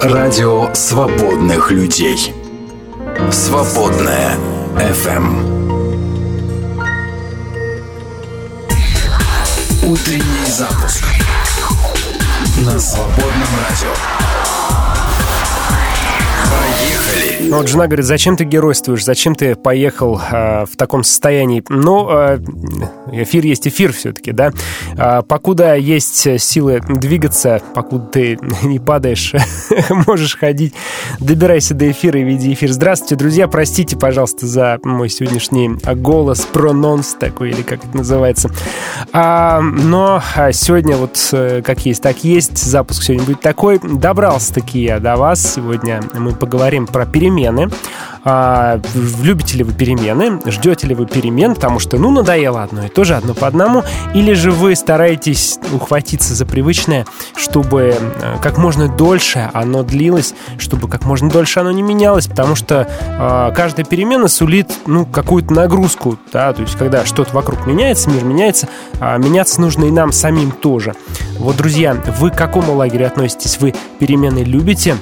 Радио свободных людей. Свободная FM. Утренний запуск на свободном радио. Поехали! Вот жена говорит, зачем ты геройствуешь, зачем ты поехал в таком состоянии? Ну, эфир есть эфир все-таки, да? Покуда есть силы двигаться, покуда ты не падаешь, можешь ходить, добирайся до эфира и веди эфир. Здравствуйте, друзья, простите, пожалуйста, за мой сегодняшний голос, прононс такой, или как это называется. Но сегодня вот как есть, так есть. Запуск сегодня будет такой. Добрался-таки я до вас. Сегодня мы поговорим про перемены. Любите ли вы перемены? Ждете ли вы перемен? Потому что, надоело одно и то же, одно по одному. Или же вы стараетесь ухватиться за привычное, чтобы как можно дольше оно длилось, чтобы как можно дольше оно не менялось, потому что каждая перемена сулит, какую-то нагрузку, да, то есть когда что-то вокруг меняется, мир меняется, меняться нужно и нам самим тоже. Вот, друзья, вы к какому лагерю относитесь? Вы перемены любите?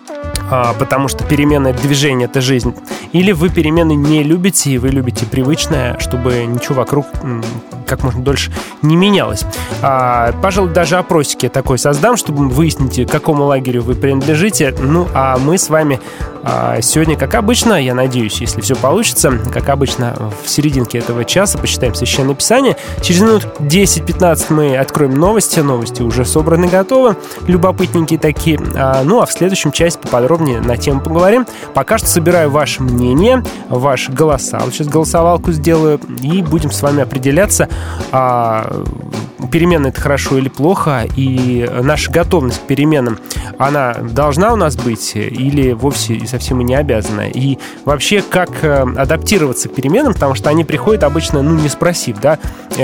Потому что перемены — это движение, это жизнь. Или вы перемены не любите, и вы любите привычное, чтобы ничего вокруг как можно дольше не менялось. Пожалуй, даже опросики такой создам, чтобы выяснить, к какому лагерю вы принадлежите. А мы с вами сегодня, как обычно, я надеюсь, если все получится, как обычно, в серединке этого часа почитаем Священное Писание. Через минут 10-15 мы откроем новости. Новости уже собраны, готовы. Любопытненькие такие. А в следующем части поподробнее на тему поговорим. Пока что собираю ваше мнение, ваши голоса. Вот сейчас голосовалку сделаю, и будем с вами определяться, перемены — это хорошо или плохо, и наша готовность к переменам, она должна у нас быть или вовсе и совсем и не обязана? И вообще, как адаптироваться к переменам, потому что они приходят обычно, не спросив, да,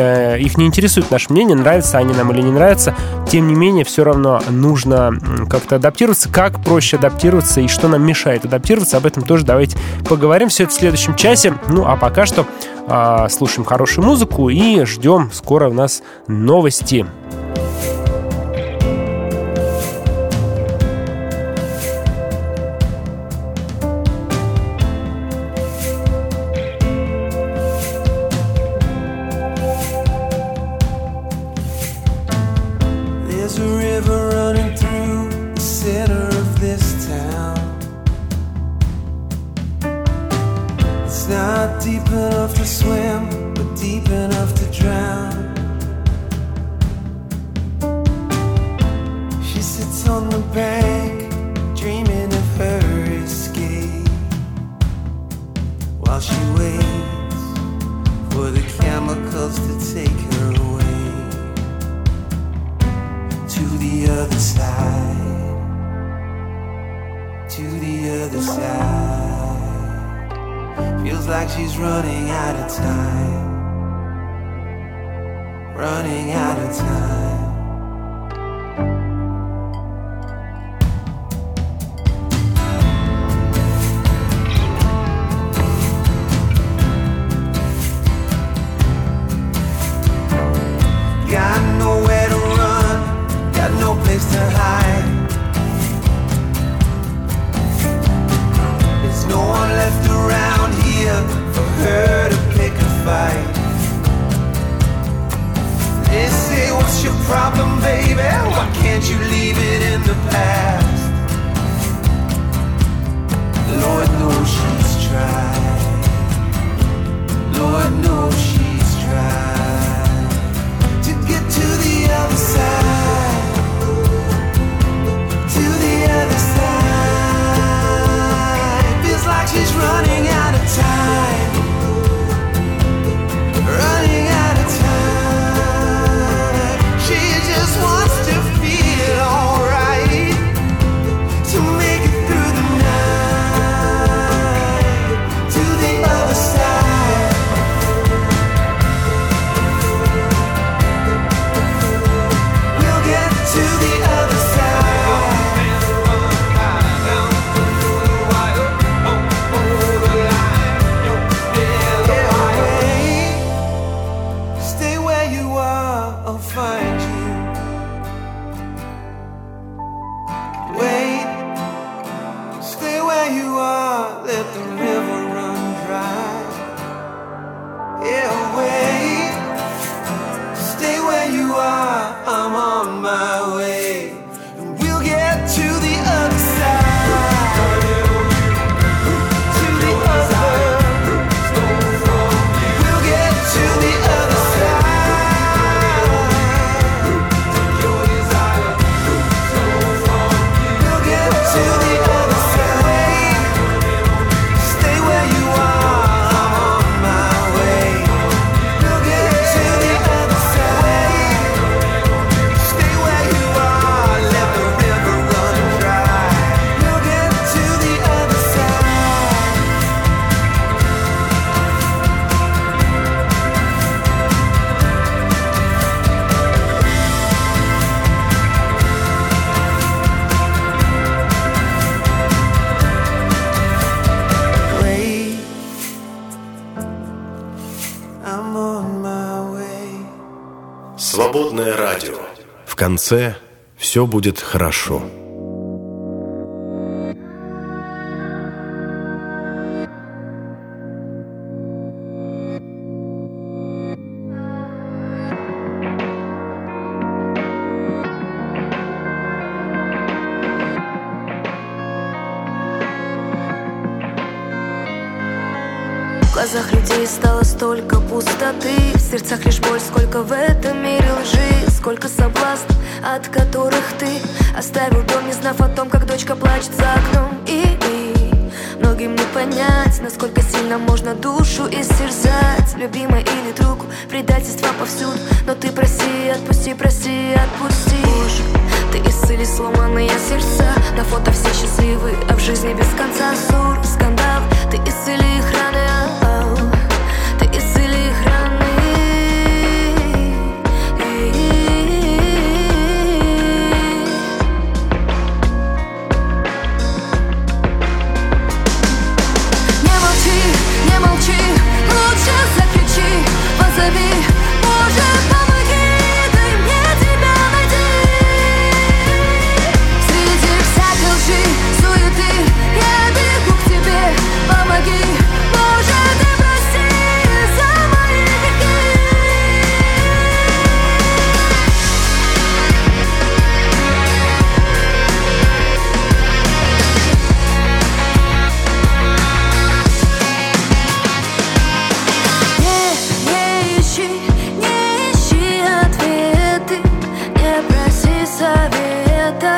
их не интересует наше мнение, нравятся они нам или не нравятся, тем не менее, все равно нужно как-то адаптироваться, как проще адаптироваться и что нам мешает адаптироваться, об этом тоже давайте поговорим, все это в следующем часе. А пока что слушаем хорошую музыку и ждем, скоро у нас новости. They say, what's your let the river run dry. Yeah, wait, stay where you are, I'm on my way, and we'll get to the other side, to the other, we'll get to the other side, we'll get to the other side, stay where you are, I'm on my way, we'll get to the other side, stay where you are, let the river run dry, we'll get to the other side. Wait, I'm on my way. Свободное радио. В конце все будет хорошо. В глазах людей стало столько пустоты, в сердцах лишь боль, сколько в этом мире лжи, сколько соблазнов, от которых ты оставил дом, не знав о том, как дочка плачет за окном. И многим не понять, насколько сильно можно душу истерзать, любимая или другу, предательство повсюду, но ты проси, отпусти, проси, отпусти. Боже, ты исцели сломанные сердца, на фото все счастливы, а в жизни без конца ссор, скандал. Ты исцели их раны, ты исцели их раны. Не молчи, не молчи, лучше закричи, позови, Боже, помоги, дай мне тебя найти. Среди всякой лжи, суеты, я бегу к тебе, помоги, Боже, ты прости за мои грехи. Не ищи ответы, не проси совета.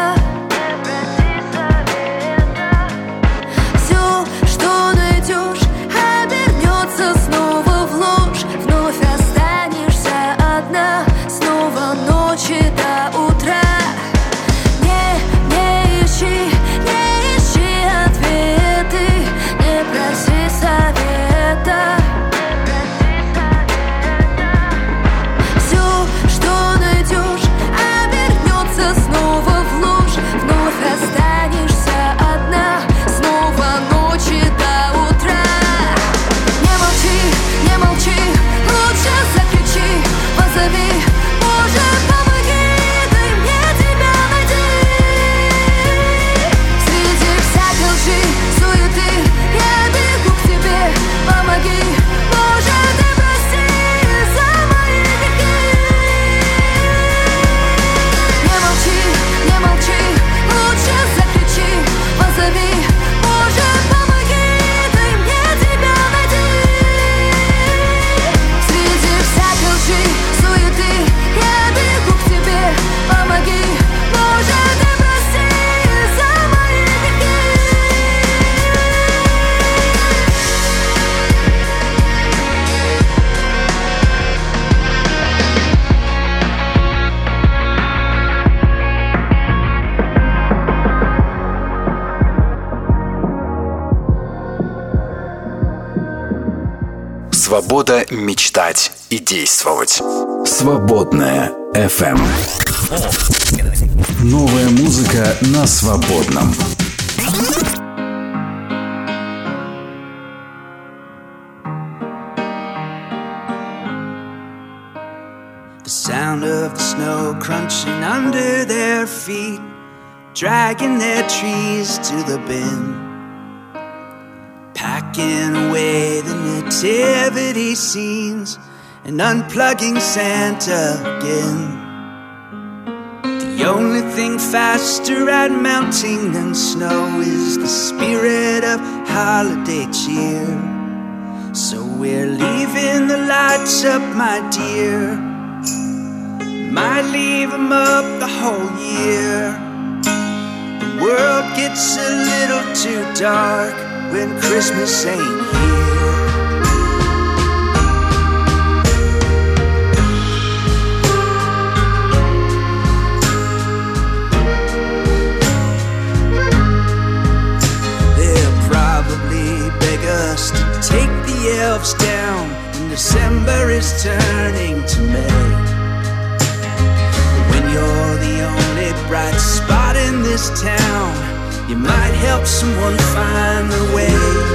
Все, что найдешь, обернется снова в ложь. Вновь останешься одна, снова ночи до утра. Не ищи ответы, не проси совета. Все, что найдешь, обернется снова в ложь. Вновь останешься одна, снова ночи до утра. Не молчи, не молчи, лучше закричи, позови, Боже, помоги, дай мне тебя найти. Среди всякой лжи, суеты, я бегу к тебе, помоги, Боже, ты прости за мои грехи. Не молчи, лучше закричи, позови, Боже, помоги, дай мне тебя найти. Среди всякой лжи, суеты, я бегу к тебе, помоги, Боже, ты прости за мои грехи. Свобода мечтать и действовать. Свободная FM. Новая музыка на свободном. The sound of the snow crunching under their feet, dragging their trees to the bin. packing away the nativity scenes and unplugging Santa again. The only thing faster at melting than snow is the spirit of holiday cheer. So we're leaving the lights up, my dear. Might leave them up the whole year. The world gets a little too dark when Christmas ain't here. Us to take the elves down when December is turning to May. When you're the only bright spot in this town, you might help someone find the way.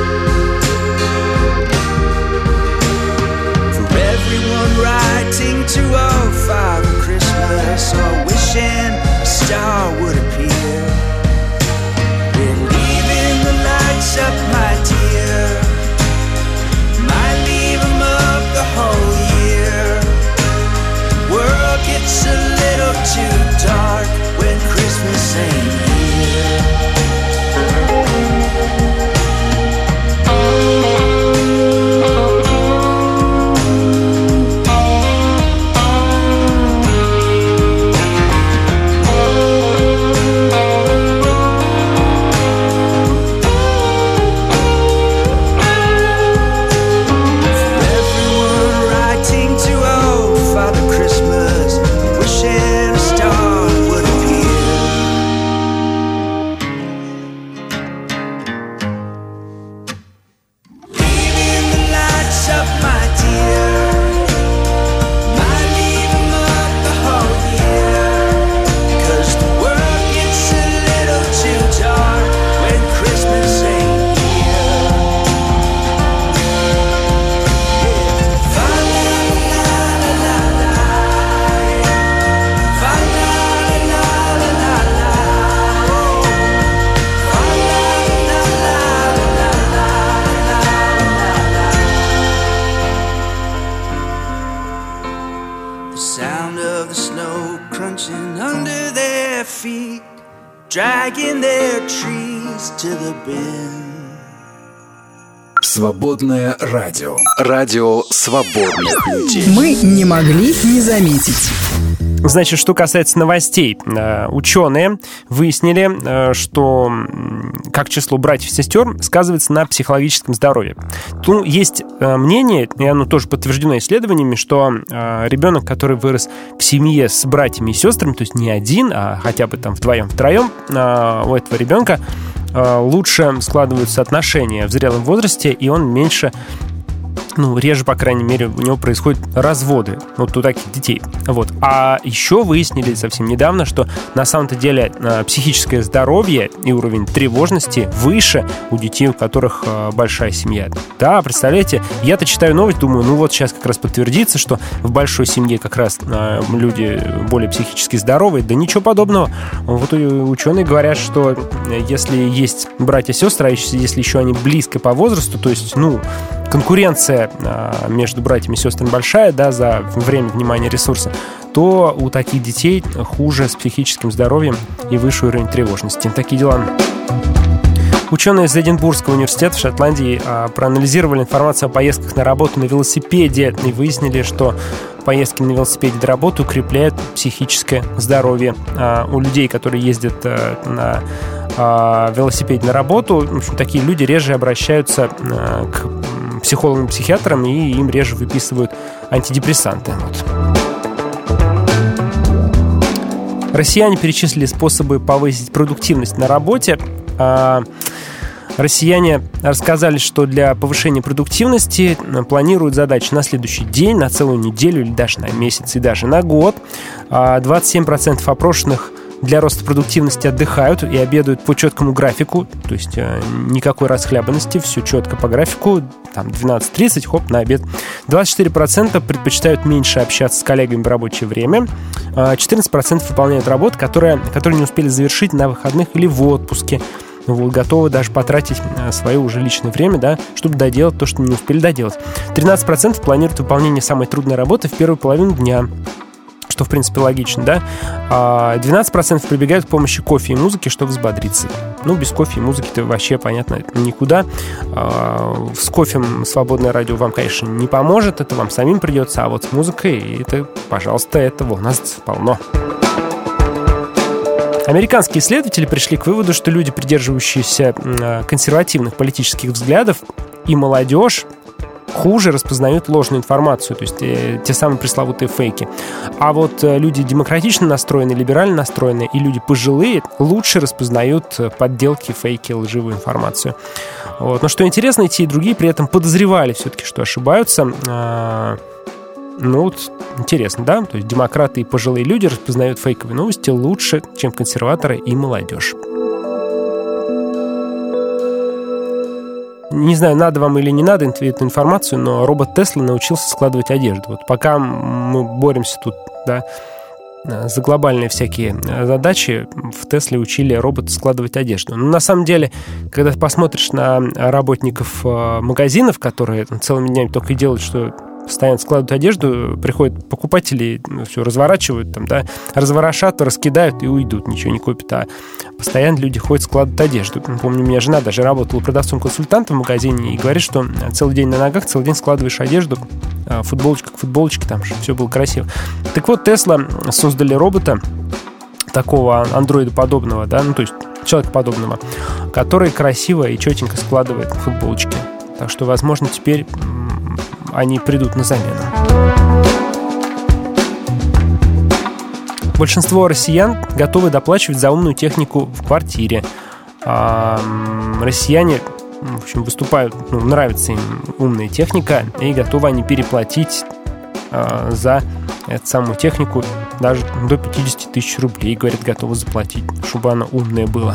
For everyone writing to oh Father Christmas or wishing a star would appear, we're leaving the lights up, my dear. Might leave them up the whole year. The world gets a little too dark when Christmas ain't here. Dragging their trees to the bin. Свободное радио. Радио свободных людей. Мы не могли не заметить. Значит, что касается новостей. Ученые выяснили, что как число братьев и сестер сказывается на психологическом здоровье. Тут есть мнение, и оно тоже подтверждено исследованиями, что ребенок, который вырос в семье с братьями и сестрами, то есть не один, а хотя бы там вдвоем-втроем, у этого ребенка лучше складываются отношения в зрелом возрасте, и он меньше, реже, по крайней мере, у него происходят разводы вот у таких детей. Вот. А еще выяснили совсем недавно, что на самом-то деле психическое здоровье и уровень тревожности выше у детей, у которых большая семья. Да, представляете, я-то читаю новость, думаю, вот сейчас как раз подтвердится, что в большой семье как раз люди более психически здоровые. Да ничего подобного. Вот ученые говорят, что если есть братья и сестры, а если еще они близко по возрасту, то есть, конкуренция между братьями и сестрами большая, да, за время, внимание, ресурсы, то у таких детей хуже с психическим здоровьем и выше уровень тревожности. Такие дела. Ученые из Эдинбургского университета в Шотландии проанализировали информацию о поездках на работу на велосипеде и выяснили, что поездки на велосипеде до работы укрепляют психическое здоровье. У людей, которые ездят на велосипеде на работу, в общем, такие люди реже обращаются к психологам и психиатрам, и им реже выписывают антидепрессанты. Россияне перечислили способы повысить продуктивность на работе. Россияне рассказали, что для повышения продуктивности планируют задачи на следующий день, на целую неделю или даже на месяц и даже на год. 27% опрошенных для роста продуктивности отдыхают и обедают по четкому графику, то есть никакой расхлябанности, все четко по графику, там 12:30, хоп, на обед. 24% предпочитают меньше общаться с коллегами в рабочее время, 14% выполняют работу, которые не успели завершить на выходных или в отпуске. вот, готовы даже потратить свое уже личное время, да, чтобы доделать то, что не успели доделать. 13% планируют выполнение самой трудной работы в первую половину дня, что, в принципе, логично, да? 12% прибегают к помощи кофе и музыки, чтобы взбодриться. Ну, без кофе и музыки-то вообще, понятно, никуда. С кофе свободное радио вам, конечно, не поможет, это вам самим придется, а вот с музыкой, это, пожалуйста, этого у нас полно. Американские исследователи пришли к выводу, что люди, придерживающиеся консервативных политических взглядов, и молодежь хуже распознают ложную информацию, то есть те самые пресловутые фейки. А вот люди демократично настроенные, либерально настроенные и люди пожилые лучше распознают подделки, фейки, лживую информацию. Вот. Но что интересно, и те, и другие при этом подозревали все-таки, что ошибаются. Ну вот интересно, да? То есть демократы и пожилые люди распознают фейковые новости лучше, чем консерваторы и молодежь. Не знаю, надо вам или не надо эту информацию, но робот Тесла научился складывать одежду. Вот пока мы боремся тут, да, за глобальные всякие задачи, в Тесле учили робота складывать одежду. Но на самом деле, когда ты посмотришь на работников магазинов, которые целыми днями только и делают, что постоянно складывают одежду, приходят покупатели, все разворачивают, там, да, разворошат, раскидают и уйдут, ничего не купят. А постоянно люди ходят, складывают одежду. Помню, у меня жена даже работала продавцом-консультантом в магазине и говорит, что целый день на ногах, целый день складываешь одежду, футболочка к футболочке, там, чтобы все было красиво. Так вот, Tesla создали робота, такого андроида-подобного, да, ну, то есть человека-подобного, который красиво и четенько складывает футболочки. Так что, возможно, теперь они придут на замену. Большинство россиян готовы доплачивать за умную технику в квартире. Россияне, в общем, выступают, нравится им умная техника, и готовы они переплатить за эту самую технику даже до 50 тысяч рублей, говорят, готовы заплатить, чтобы она умная была.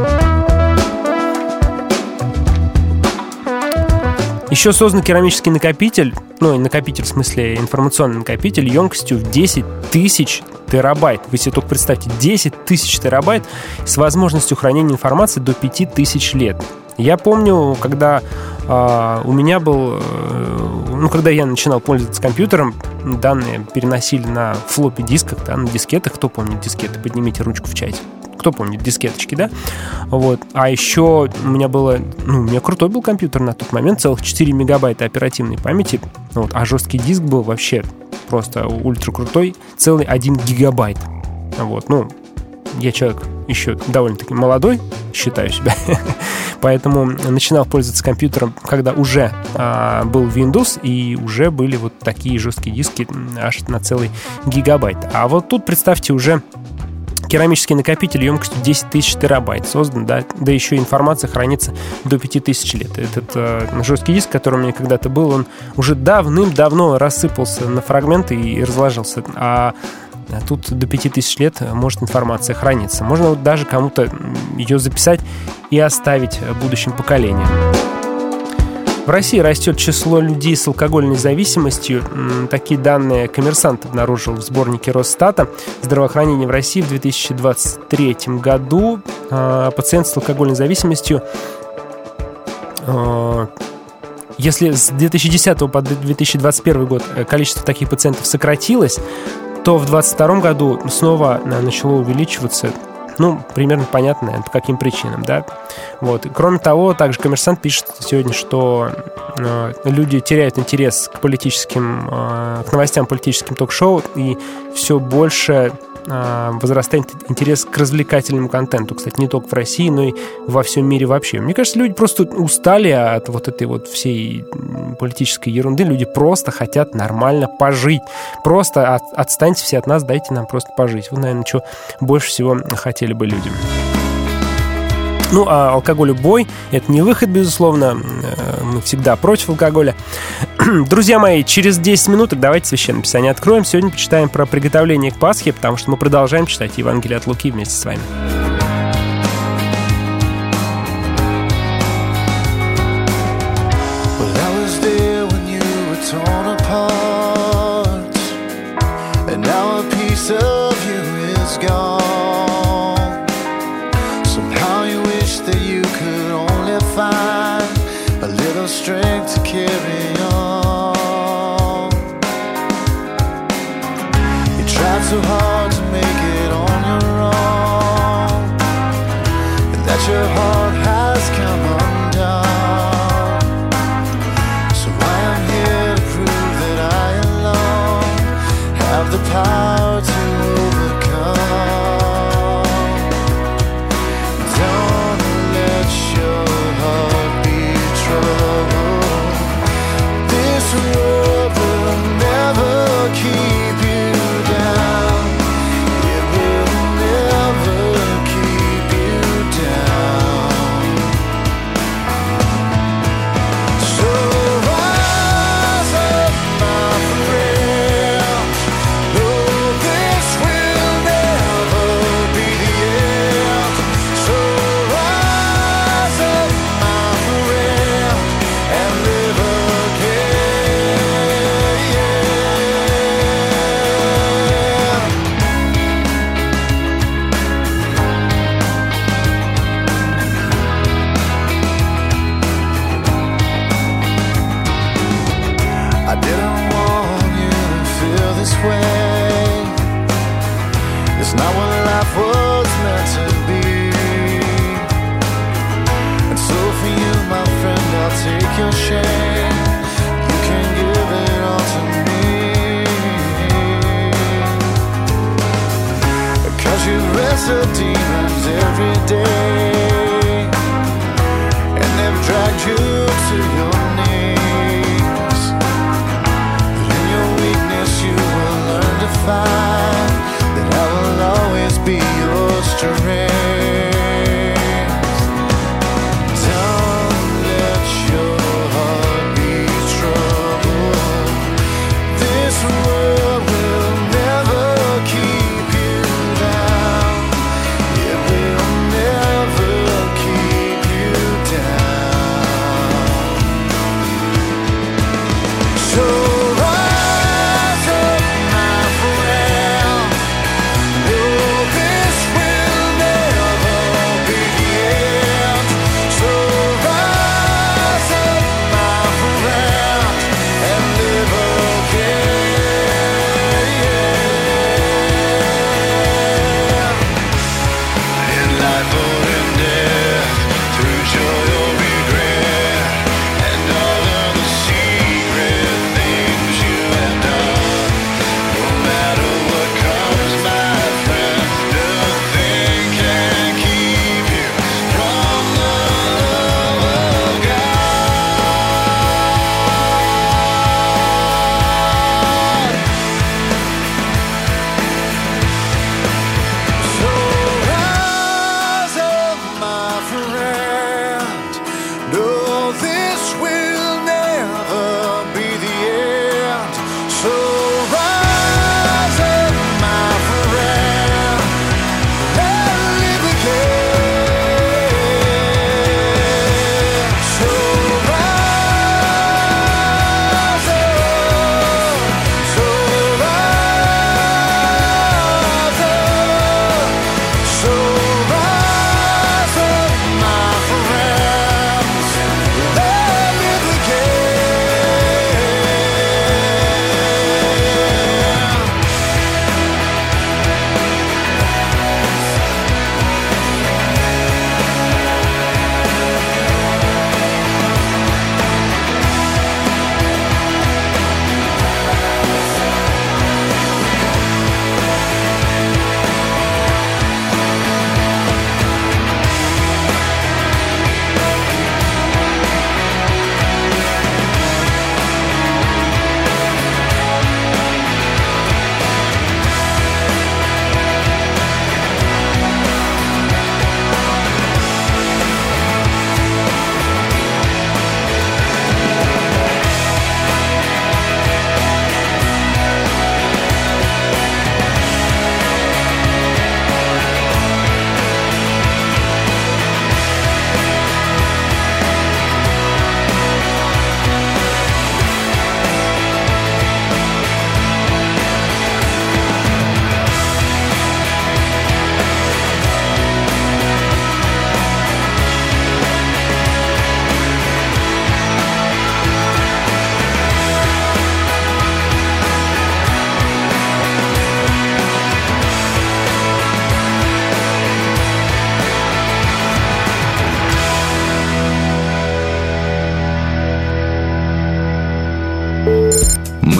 Еще создан керамический накопитель, накопитель в смысле информационный накопитель, емкостью в 10 тысяч терабайт. Вы себе только представьте, 10 тысяч терабайт с возможностью хранения информации до 5000 лет. Я помню, когда у меня был... когда я начинал пользоваться компьютером, данные переносили на флоппи-дисках, да, на дискетах. Кто помнит дискеты? Поднимите ручку в чате. Кто помнит дискеточки, да? Вот. А еще у меня было... у меня крутой был компьютер на тот момент, целых 4 мегабайта оперативной памяти. Вот. А жесткий диск был вообще просто ультра крутой, целый 1 гигабайт. Вот. Я человек еще довольно-таки молодой, считаю себя. Поэтому начинал пользоваться компьютером, когда уже был Windows, и уже были вот такие жесткие диски аж на целый гигабайт. А вот тут, представьте, уже керамический накопитель емкостью 10 тысяч терабайт создан, да еще информация хранится до 5000 лет. Этот жесткий диск, который у меня когда-то был, он уже давным-давно рассыпался на фрагменты и разложился. А тут до 5000 лет может информация храниться. Можно вот даже кому-то ее записать и оставить будущим поколениям. В России растет число людей с алкогольной зависимостью. Такие данные «Коммерсант» обнаружил в сборнике Росстата. Здравоохранение в России в 2023 году. Пациент с алкогольной зависимостью, если с 2010 по 2021 год количество таких пациентов сократилось, то в 2022 году снова начало увеличиваться. Примерно понятно, наверное, по каким причинам, да. Вот. И, кроме того, также «Коммерсант» пишет сегодня, что люди теряют интерес к новостям политическим ток-шоу, и все больше возрастает интерес к развлекательному контенту. Кстати, не только в России, но и во всем мире вообще. Мне кажется, люди просто устали от вот этой вот всей политической ерунды. Люди просто хотят нормально пожить. Просто отстаньте все от нас, дайте нам просто пожить. Вот, наверное, что больше всего хотели бы люди. А алкоголь убой – это не выход, безусловно. Мы всегда против алкоголя. Друзья мои, через 10 минут давайте Священное Писание откроем. Сегодня почитаем про приготовление к Пасхе, потому что мы продолжаем читать Евангелие от Луки вместе с вами. That you your heart has come undone. So I am here to prove that I alone have the power to overcome. Don't let your heart be troubled. This world will never keep you down. It will never keep you down. So rise up, my friend. Know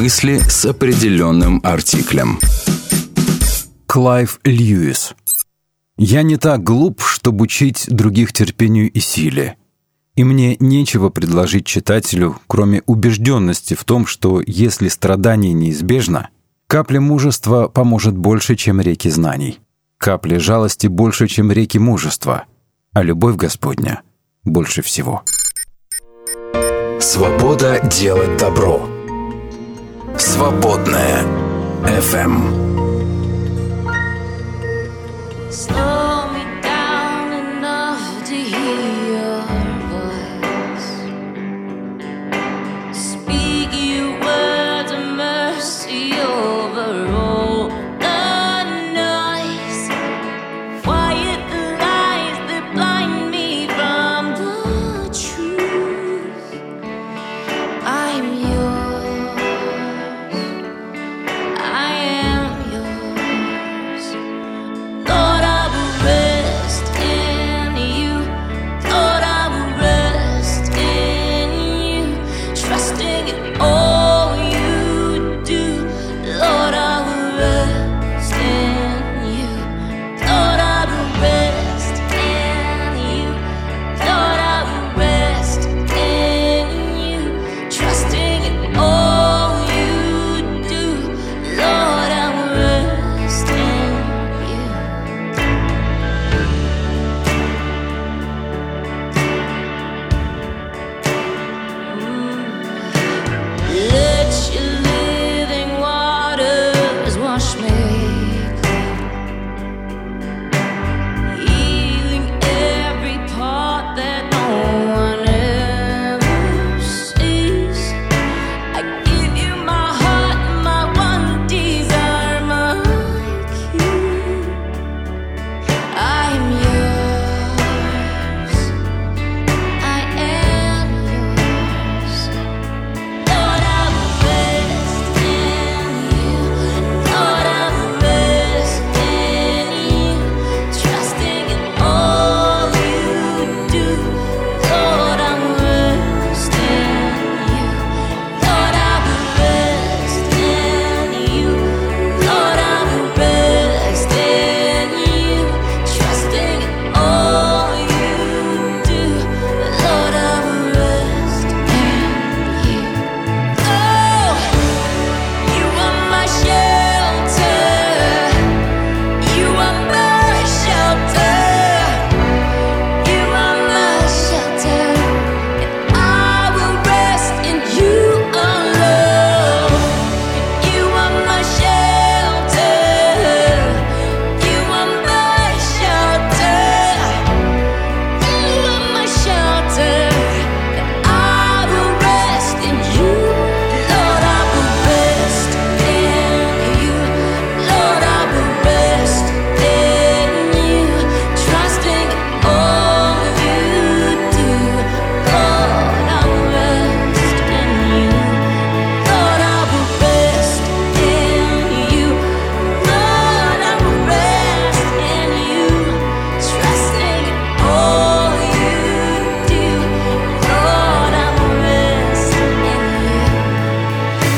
Мысли с определенным артиклем. Клайв Льюис. «Я не так глуп, чтобы учить других терпению и силе. И мне нечего предложить читателю, кроме убежденности в том, что если страдание неизбежно, капля мужества поможет больше, чем реки знаний. Капля жалости больше, чем реки мужества, а любовь Господня больше всего». Свобода делать добро. Свободная FM. Slow me down enough to hear your voice. Speak your words of mercy over all the noise. Quiet the lies that blind me from the truth. I'm yours. I am yours. Lord, I will rest in you. Lord, I will rest in you. Trusting in all you do. Lord, I will rest in you. Lord, I will rest in you. Lord, I will rest in you. Trusting in all you do. Lord, I will rest in you. Let your living waters wash me clean, healing every part that no one ever sees. I give you my heart, my one desire, my key. I'm yours. I am yours. Lord, I will rest in you. Lord, I will rest in you. Trusting in all you do. Lord, I will rest in you. Lord, I will rest in you. Lord, I will rest in you. Trusting in all you do. Lord, I will rest in you. Oh, you are my shelter. You are my shelter. You are my shelter. And I will rest in you alone. You are my shelter. You are my shelter. You are my shelter. And I will rest in you. Lord, I will rest in you. Lord, I will rest in you. Trusting in all you do. Lord, I will rest in you. Lord, I will rest in you. Lord, I will rest in you. Trusting in all you do. Lord, I will rest in you.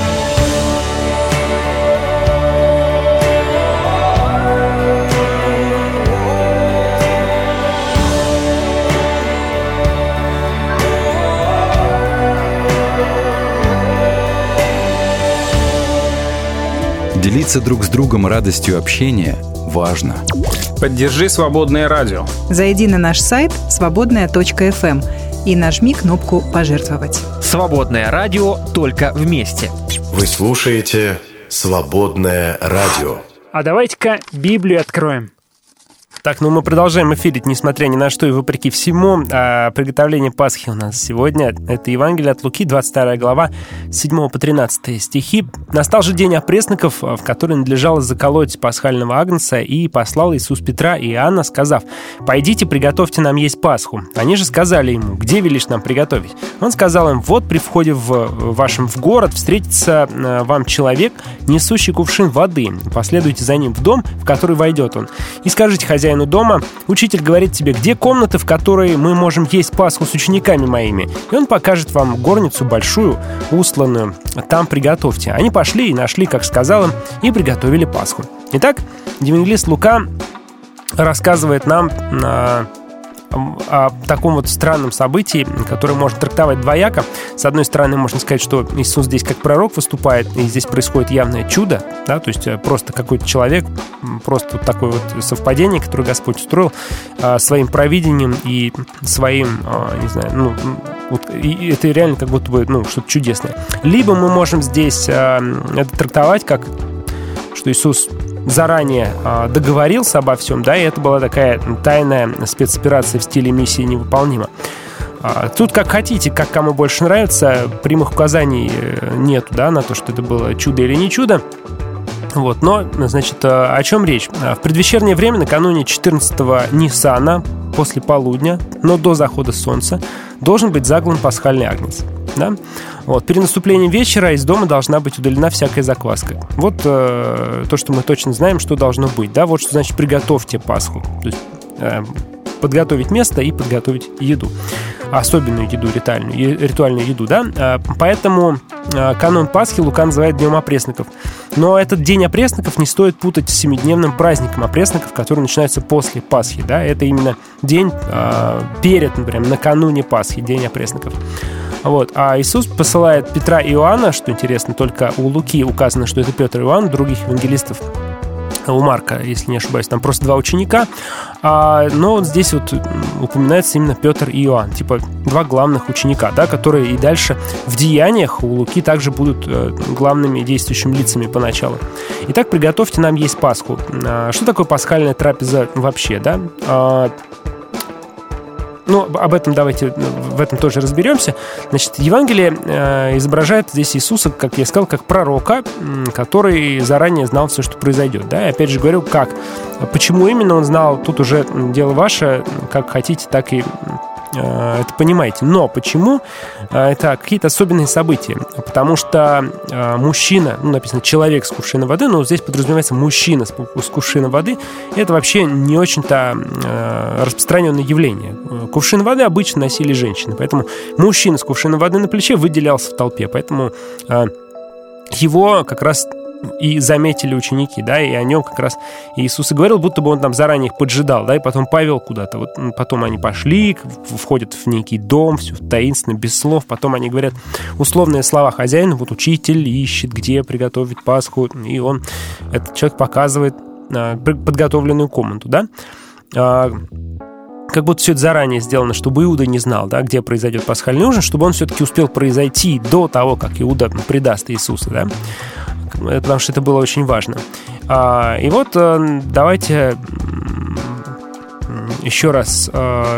Делиться друг с другом радостью общения важно. Поддержи «Свободное радио». Зайди на наш сайт свободная.фм и нажми кнопку «Пожертвовать». Свободное радио только вместе. Вы слушаете «Свободное радио». А давайте-ка Библию откроем. Так, ну мы продолжаем эфирить, несмотря ни на что и вопреки всему. Приготовление Пасхи у нас сегодня. Это Евангелие от Луки, 22 глава, 7 по 13 стихи. «Настал же день опресноков, в который надлежало заколоть пасхального агнца, и послал Иисус Петра и Иоанна, сказав: «Пойдите, приготовьте нам есть Пасху». Они же сказали ему: «Где велишь нам приготовить?» Он сказал им: «Вот при входе вашем в город встретится вам человек, несущий кувшин воды. Последуйте за ним в дом, в который войдет он, и скажите хозяину: хозяину дома: «Учитель говорит тебе, где комната, в которой мы можем есть Пасху с учениками моими?» И он покажет вам горницу большую, устланную. Там приготовьте. Они пошли и нашли, как сказал им, и приготовили Пасху. Итак, евангелист Лука рассказывает нам о таком вот странном событии, которое можно трактовать двояко. С одной стороны, можно сказать, что Иисус здесь как пророк выступает, и здесь происходит явное чудо, да, то есть просто какой-то человек, просто такое вот совпадение, которое Господь устроил своим провидением и своим, не знаю, вот, и это реально как будто бы, что-то чудесное. Либо мы можем здесь это трактовать как, что Иисус заранее договорился обо всем, да, и это была такая тайная спецоперация в стиле «Миссия невыполнима». Тут как хотите, как кому больше нравится, прямых указаний нету, да, на то, что это было чудо или не чудо. Вот, но, значит, о чем речь? В предвечернее время, накануне 14-го Ниссана, после полудня, но до захода солнца, должен быть заклан пасхальный агнец. Да? Вот. Перед наступлением вечера из дома должна быть удалена всякая закваска. Вот то, что мы точно знаем, что должно быть. Да? Вот что значит «приготовьте Пасху». То есть подготовить место и подготовить еду. Особенную еду, ритуальную еду. Да? Поэтому канун Пасхи Лука называет Днем опресноков. Но этот День опресноков не стоит путать с 7-дневным праздником опресноков, который начинается после Пасхи. Да? Это именно день перед, например, накануне Пасхи, День опресноков. Вот. А Иисус посылает Петра и Иоанна, что интересно, только у Луки указано, что это Петр и Иоанн, у других евангелистов, у Марка, если не ошибаюсь, там просто 2 ученика, но вот здесь вот упоминается именно Петр и Иоанн, типа 2 главных ученика, да, которые и дальше в деяниях у Луки также будут главными действующими лицами поначалу. Итак, приготовьте нам есть Пасху. Что такое пасхальная трапеза вообще, да? Об этом давайте в этом тоже разберемся. Значит, Евангелие изображает здесь Иисуса, как я сказал, как пророка, который заранее знал все, что произойдет. Да? И опять же говорю, как. Почему именно он знал, тут уже дело ваше, как хотите, так и это понимаете. Но почему? Это какие-то особенные события. Потому что мужчина, написано «человек с кувшином воды», но здесь подразумевается мужчина с кувшином воды. Это вообще не очень-то распространенное явление. Кувшин воды обычно носили женщины, поэтому мужчина с кувшином воды на плече выделялся в толпе. Поэтому его как раз и заметили ученики, да, и о нем как раз Иисус и говорил, будто бы он там заранее их поджидал, да, и потом повел куда-то. Вот потом они пошли, входят в некий дом, все таинственно, без слов. Потом они говорят условные слова хозяину, вот учитель ищет, где приготовить Пасху, и он, этот человек показывает подготовленную комнату, да. Как будто все это заранее сделано, чтобы Иуда не знал, да, где произойдет пасхальный ужин, чтобы он все-таки успел произойти до того, как Иуда предаст Иисуса, да, потому что это было очень важно. И вот давайте еще раз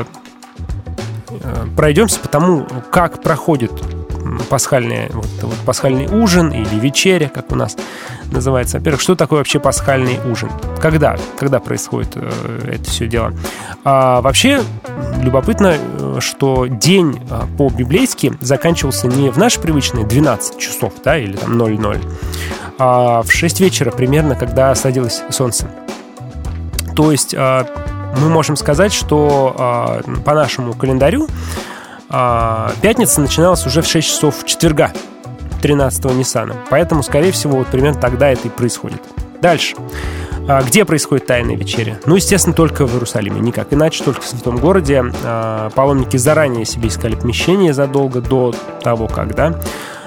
пройдемся по тому, как проходит пасхальный ужин или вечеря, как у нас называется. Во-первых, что такое вообще пасхальный ужин? Когда происходит это все дело? Вообще, любопытно, что день по-библейски заканчивался не в наши привычные 12 часов, да, или там 00, а в 6 вечера примерно, когда садилось солнце. То есть мы можем сказать, что по нашему календарю пятница начиналась уже в 6 часов четверга, 13-го Ниссана. Поэтому, скорее всего, вот примерно тогда это и происходит. Дальше. Где происходит Тайная вечеря? Естественно, только в Иерусалиме. Никак иначе, только в Святом городе. Паломники заранее себе искали помещение задолго до того, как, да.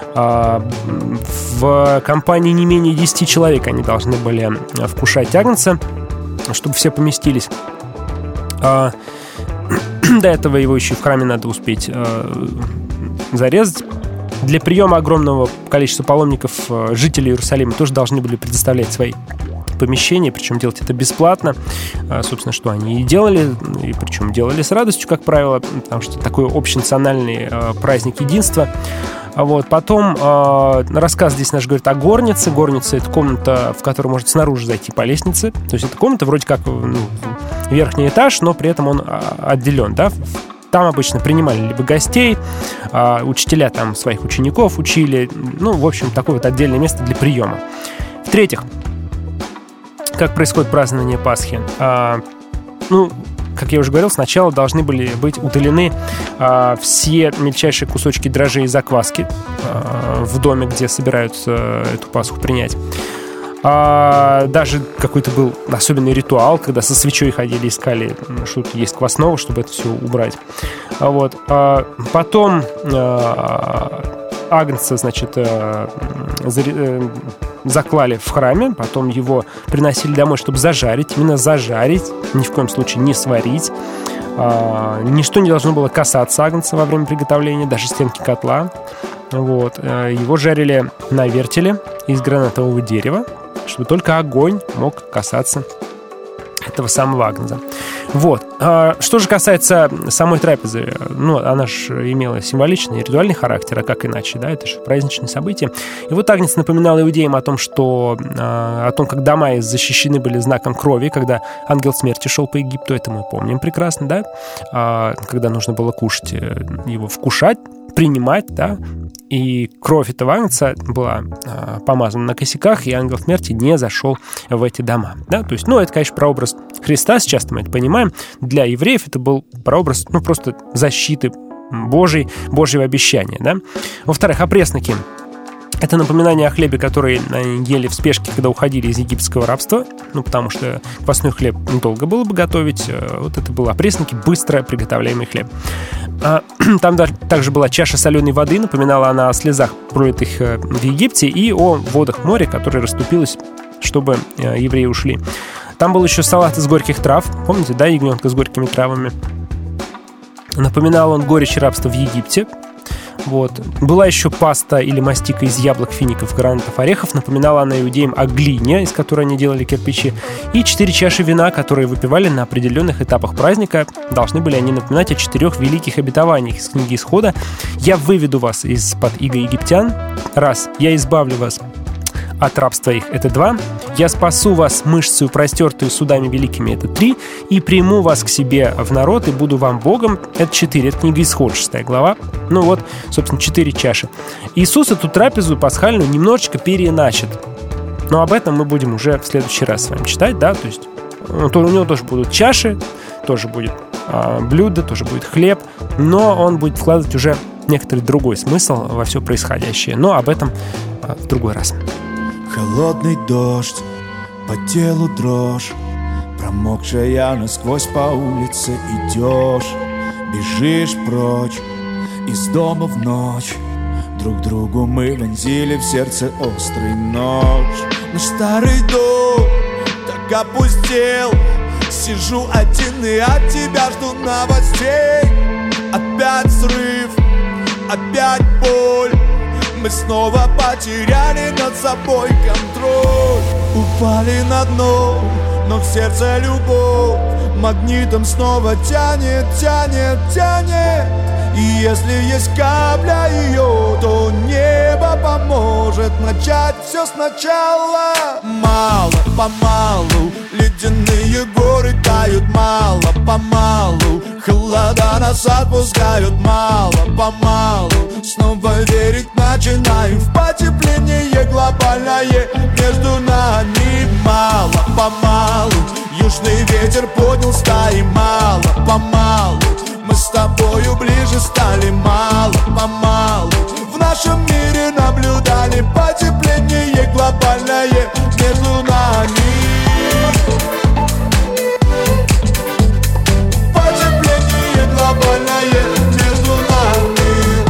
В компании не менее 10 человек они должны были вкушать агнца, чтобы все поместились. До этого его еще в храме надо успеть зарезать. Для приема огромного количества паломников жители Иерусалима тоже должны были предоставлять свои помещения, причем делать это бесплатно. Собственно, что они и делали, и причем делали с радостью, как правило, потому что такой общенациональный праздник единства. Вот. Потом рассказ здесь наш говорит о горнице. Горница — это комната, в которую можно снаружи зайти по лестнице. То есть это комната вроде как верхний этаж, но при этом он отделен, да. Там обычно принимали либо гостей, учителя там своих учеников учили. В общем, такое вот отдельное место для приема. В-третьих, как происходит празднование Пасхи? как я уже говорил, сначала должны были быть удалены все мельчайшие кусочки дрожжей и закваски в доме, где собираются эту Пасху принять. Даже какой-то был особенный ритуал, когда со свечой ходили, искали что-то есть квасного, чтобы это все убрать. Вот. Потом агнца, значит, заклали в храме, потом его приносили домой, чтобы зажарить. Именно зажарить, ни в коем случае не сварить. Ничто не должно было касаться агнца во время приготовления, даже стенки котла. Вот. Его жарили на вертеле из гранатового дерева, чтобы только огонь мог касаться этого самого агнца. Вот. Что же касается самой трапезы, она же имела символичный и ритуальный характер, а как иначе, да, это же праздничное событие. И вот агнец напоминал иудеям о том, как дома их защищены были знаком крови, когда ангел смерти шел по Египту, это мы помним прекрасно, да, когда нужно было кушать, его вкушать, принимать, да, и кровь этого агнца была помазана на косяках, и ангел смерти не зашел в эти дома. Да? То есть, это, конечно, прообраз Христа, сейчас мы это понимаем. Для евреев это был прообраз, просто защиты Божьего обещания. Да? Во-вторых, опресноки. Это напоминание о хлебе, который ели в спешке, когда уходили из египетского рабства, потому что квасной хлеб долго было бы готовить. Вот это был опресноки, быстро приготовляемый хлеб. Там также была чаша соленой воды, напоминала она о слезах, пролитых в Египте, и о водах моря, которое расступилось, чтобы евреи ушли. Там был еще салат из горьких трав, помните, да, ягненка с горькими травами? Напоминал он горечь рабства в Египте. Вот. Была еще паста или мастика из яблок, фиников, гранатов, орехов. Напоминала она иудеям о глине, из которой они делали кирпичи. И 4 чаши вина, которые выпивали на определенных этапах праздника. Должны были они напоминать о 4 великих обетованиях из книги Исхода. «Я выведу вас из-под иго египтян». Раз. «Я избавлю вас от рабства их». Это 2. «Я спасу вас мышцею, простертую судами великими». Это 3. «И приму вас к себе в народ, и буду вам Богом». Это 4. Это книга Исход, 6 глава. Собственно, 4 чаши. Иисус эту трапезу пасхальную немножечко переиначит. Но об этом мы будем уже в следующий раз с вами читать, да, то есть у него тоже будут чаши, тоже будет блюдо, тоже будет хлеб, но он будет вкладывать уже некоторый другой смысл во все происходящее. Но об этом в другой раз. Холодный дождь, по телу дрожь, промокшая насквозь по улице идешь, бежишь прочь из дома в ночь. Друг другу мы вонзили в сердце острый нож. Наш старый дом так опустел, сижу один и от тебя жду новостей. Опять взрыв, опять боль, мы снова потеряли над собой контроль. Упали на дно, но в сердце любовь магнитом снова тянет, тянет, тянет. И если есть капля ее, то небо поможет начать все сначала. Мало-помалу ледяные горы тают, мало-помалу холода нас отпускают, мало-помалу снова верить начинаем в потепление глобальное между нами. Мало-помалу южный ветер поднял стаи, мало-помалу мы с тобою ближе стали, мало-помалу в нашем мире наблюдали потепление глобальное между нами. Потепление глобальное между нами.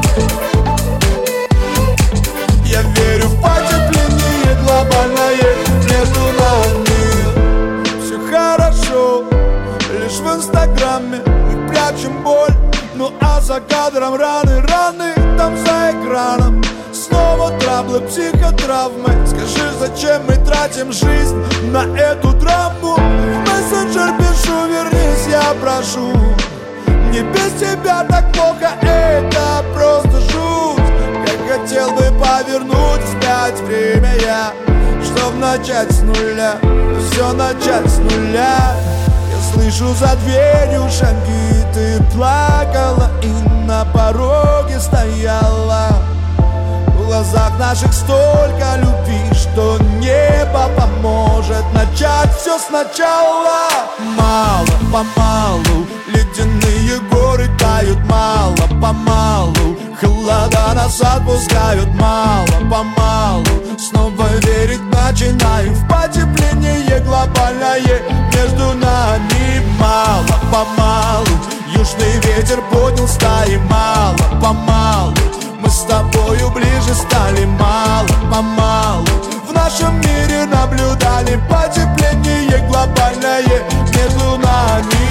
Я верю в потепление глобальное между нами. Все хорошо, лишь в инстаграме прячем боль, ну а за кадром раны, там за экраном снова траблы, психотравмы. Скажи, зачем мы тратим жизнь на эту драму? В мессенджер пишу, вернись, я прошу. Мне без тебя так плохо, это просто жуть. Как хотел бы повернуть вспять время я, чтоб начать с нуля, все начать с нуля. Слышу за дверью шаги, ты плакала и на пороге стояла. В глазах наших столько любви, что небо единство поможет начать все сначала. Мало-помалу ледяные горы тают, мало-помалу холода нас отпускают, мало-помалу снова верить начинаем в потепление глобальное между нами. Мало-помалу южный ветер поднял стаи, мало-помалу мы с тобою ближе стали, мало-помалу в нашем мире наблюдали потепление глобальное между нами.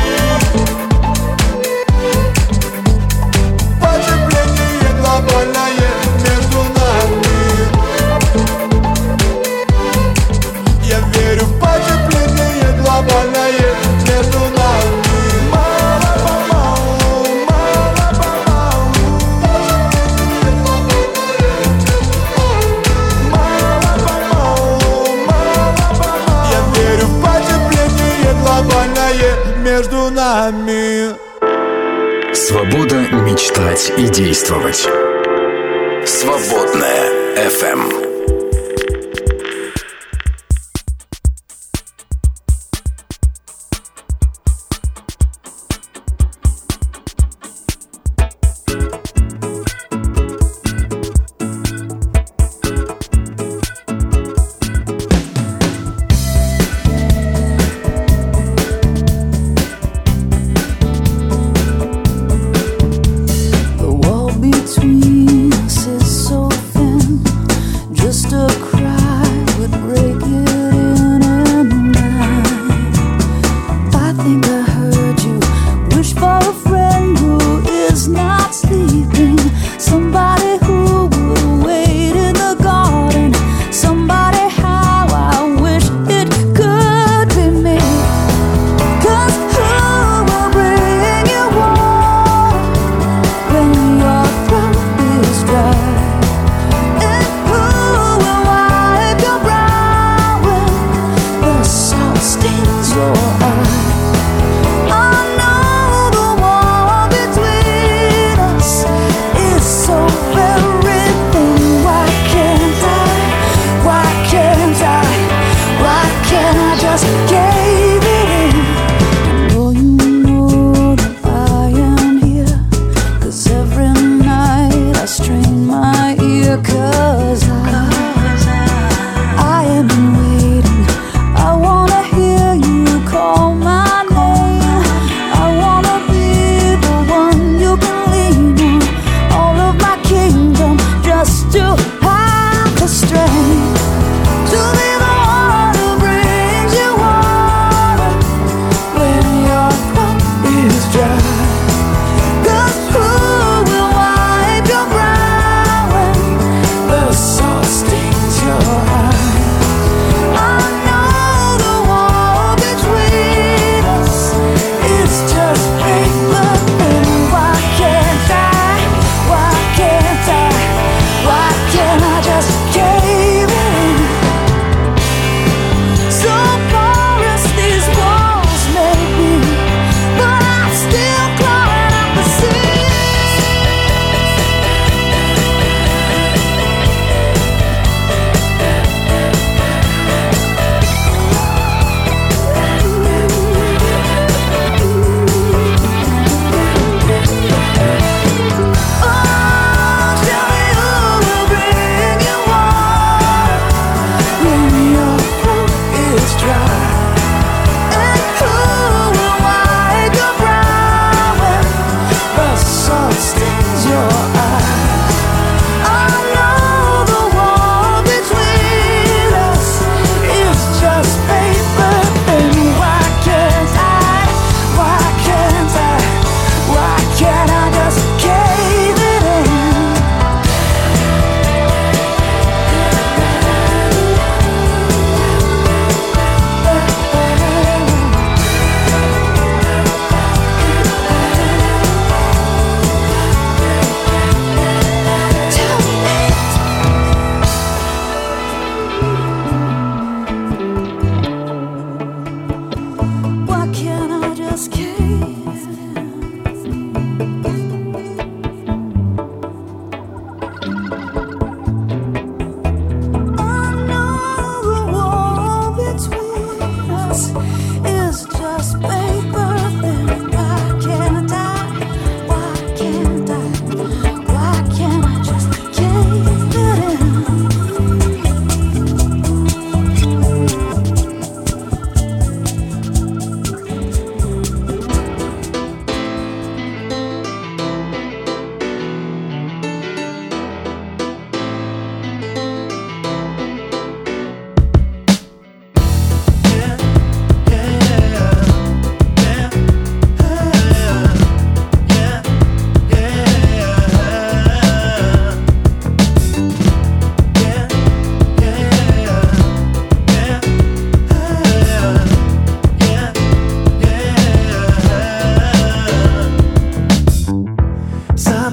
Потепление глобальное между нами. Я верю в потепление глобальное между нами. Между нами. Свобода мечтать и действовать. Свободная FM. Between us is so thin.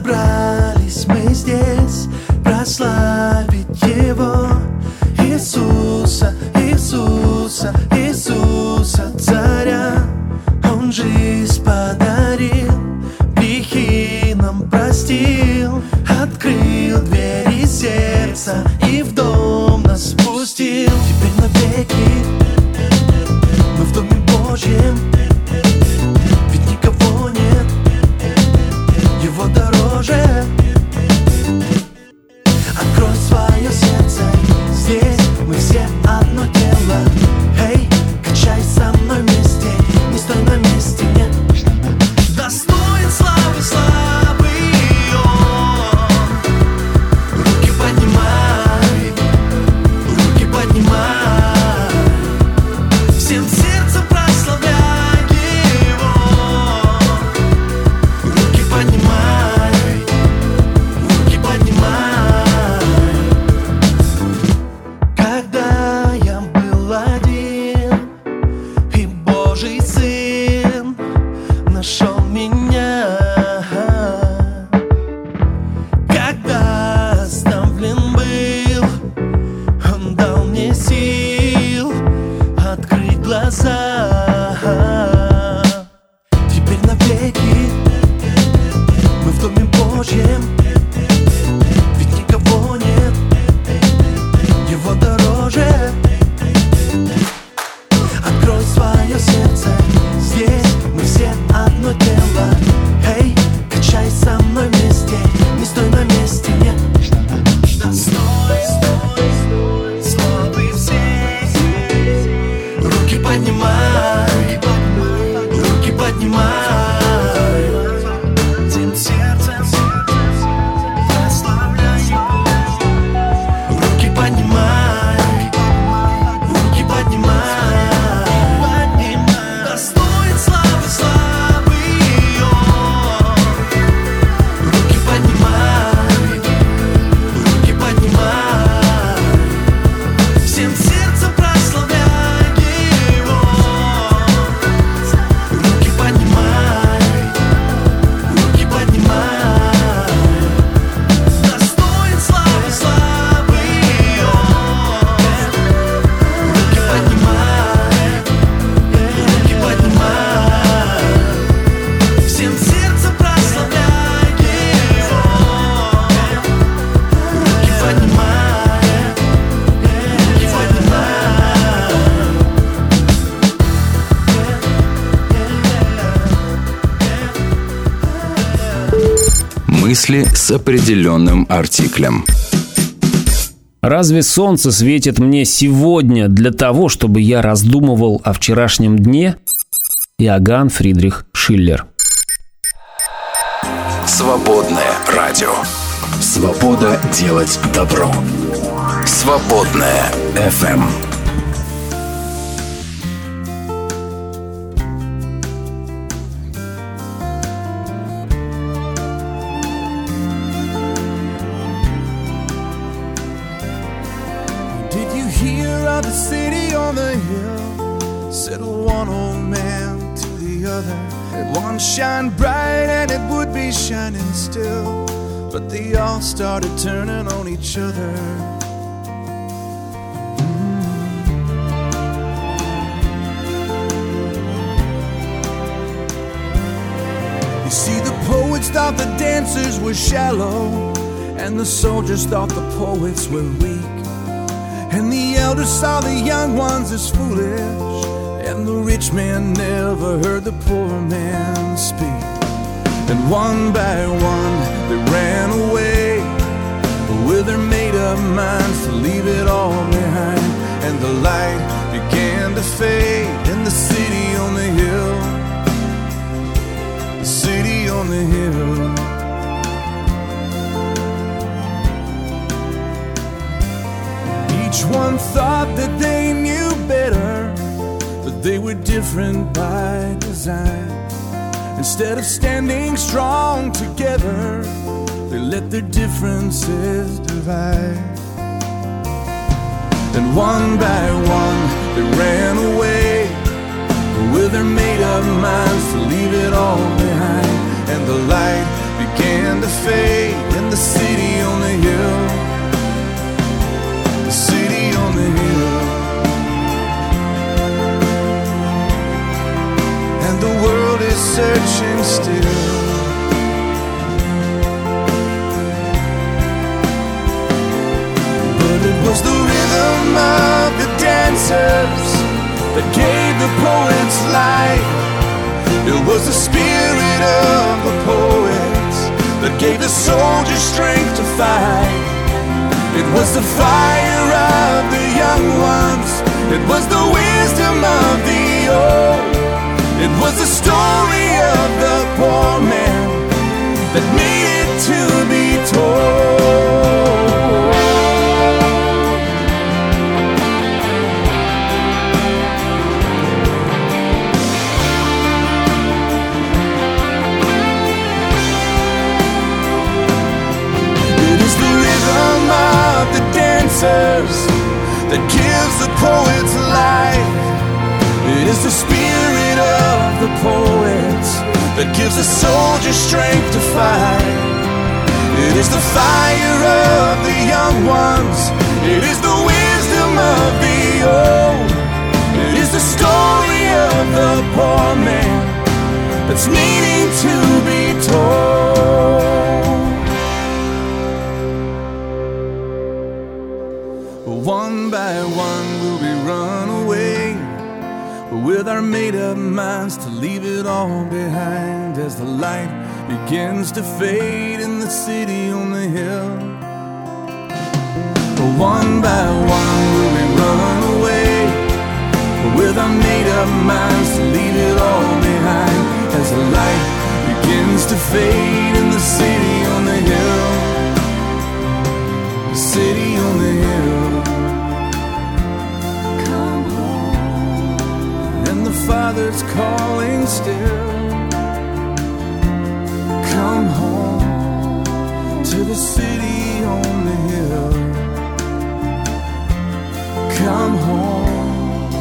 собрались мы здесь прославить Его, Иисуса, Иисуса, Иисуса, Царя. Он жизнь подарил, грехи нам простил, открыл двери сердца и в дом нас пустил. Теперь навеки мы в Доме Божьем, ведь никого нет Его дороже. Открой свое сердце, здесь мы все одно тело. Эй, качай со мной вместе, не стой на месте, нет. Достоин славы слабый Он. Руки поднимай, руки поднимай. Всем сердцем прославляй Его. Руки поднимай, руки поднимай. Когда я был один, и Божий Сын нашел меня, когда оставлен был, Он дал мне сил открыть глаза. Теперь навеки мы в Доме Божьем, ведь никого нет Его дороже. Открой свое сердце, здесь мы все одно тело. Эй, качай со мной вместе, не стой на месте, нет. Стой, слабый все. Руки поднимай, руки поднимай. Тем сердцем прославляй Его. Руки поднимай, руки поднимай. Достоин славы слабый Он. Руки поднимай, руки поднимай. Всем сердцем прославляй Его. Руки поднимай, руки поднимай. Достоин славы слабый Он. Руки поднимай, руки поднимай. Всем сердцем прославляй Его. Руки поднимай, руки поднимай. Мысли с определенным артиклем. Разве солнце светит мне сегодня для того, чтобы я раздумывал о вчерашнем дне? Иоганн Фридрих Шиллер. Свободное радио. Свобода делать добро. Свободное FM. Did you hear of the city on the hill? Said one old man to the other. One shine bright and it would be shining still, but they all started turning on each other. You see, the poets thought the dancers were shallow, and the soldiers thought the poets were weak, and the elders saw the young ones as foolish, and the rich man never heard the poor man speak. And one by one they ran away with their made-up minds to leave it all behind, and the light began to fade in the city on the hill. The city on the hill. Each one thought that they knew better, but they were different by design. Instead of standing strong together, they let their differences divide. And one by one they ran away with their made-up minds to leave it all behind, and the light began began to fade in the city on the hill. The city on the hill. And the world is searching still. But it was the rhythm of the dancers that gave the poets life. It was the spirit of the poets that gave the soldiers strength to fight. It was the fire of the young ones. It was the wisdom of the old. It was the story of the poor man that needed to be told. The dancers that gives the poets life. It is the spirit of the poets that gives the soldier strength to fight. It is the fire of the young ones. It is the wisdom of the old. It is the story of the poor man that's needing to be told. One by one will we run away with our made-up minds to leave it all behind as the light begins to fade in the city on the hill. One by one will we run away with our made-up minds to leave it all behind as the light begins to fade in the city on the hill. The city on the hill. Father's calling still. Come home to the city on the hill. Come home.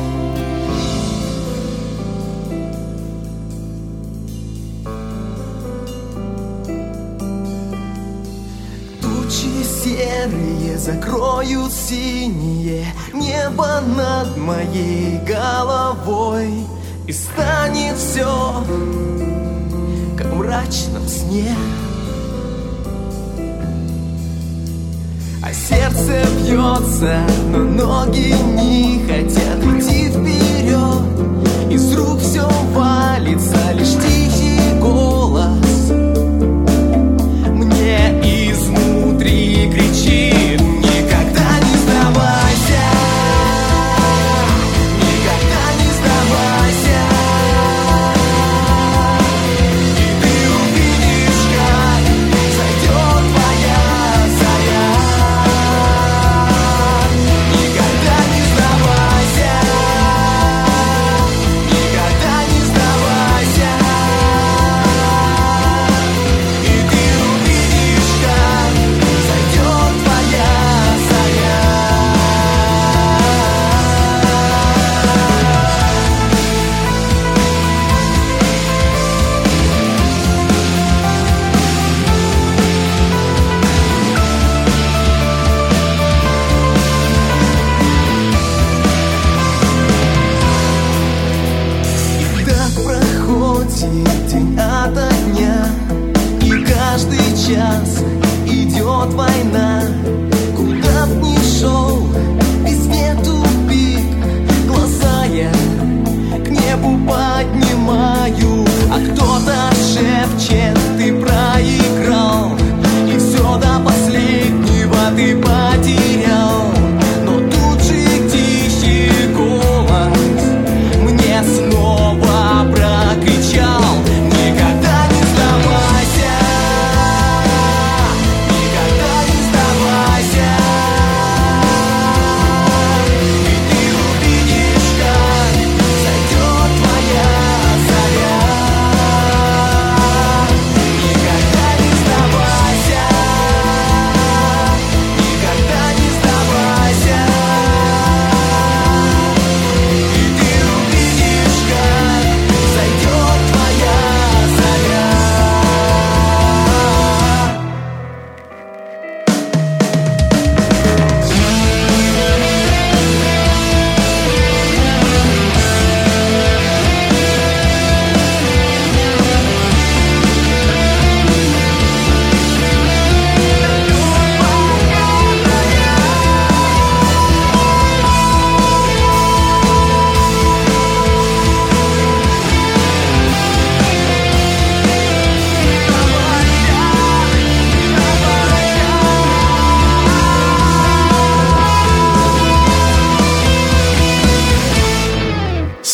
Тучи серые закроют синее небо над моей головой. И станет все, как в мрачном сне. А сердце бьется, но ноги не хотят идти вперед. Из рук все валится, лишь тихий голос мне изнутри кричит: никогда не сдавайся. День ото дня, и каждый час идет война. Куда б ни шел, везде тупик. Глаза я к небу поднимаю, а кто-то шепчет: ты проиграл, и все до последнего ты потерял. Но тут же тихий голос мне снова прокричал: никогда не сдавайся, никогда не сдавайся.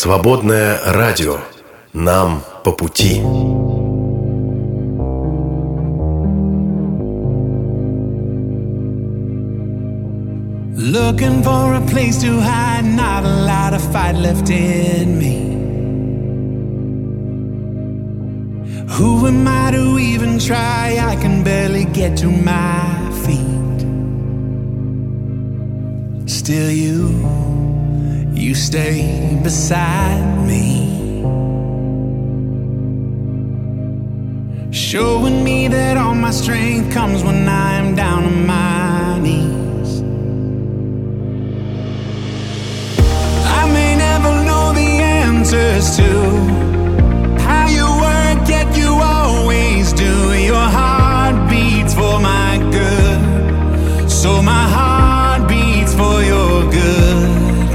Свободное радио. Нам по пути. Looking for a place to hide, not a lot of fight left in me. Who am I to even try? I can barely get to my feet. Still you stay beside me, showing me that all my strength comes when I am down on my knees. I may never know the answers to how you work, yet you always do. Your heart beats for my good, so my heart beats for your good.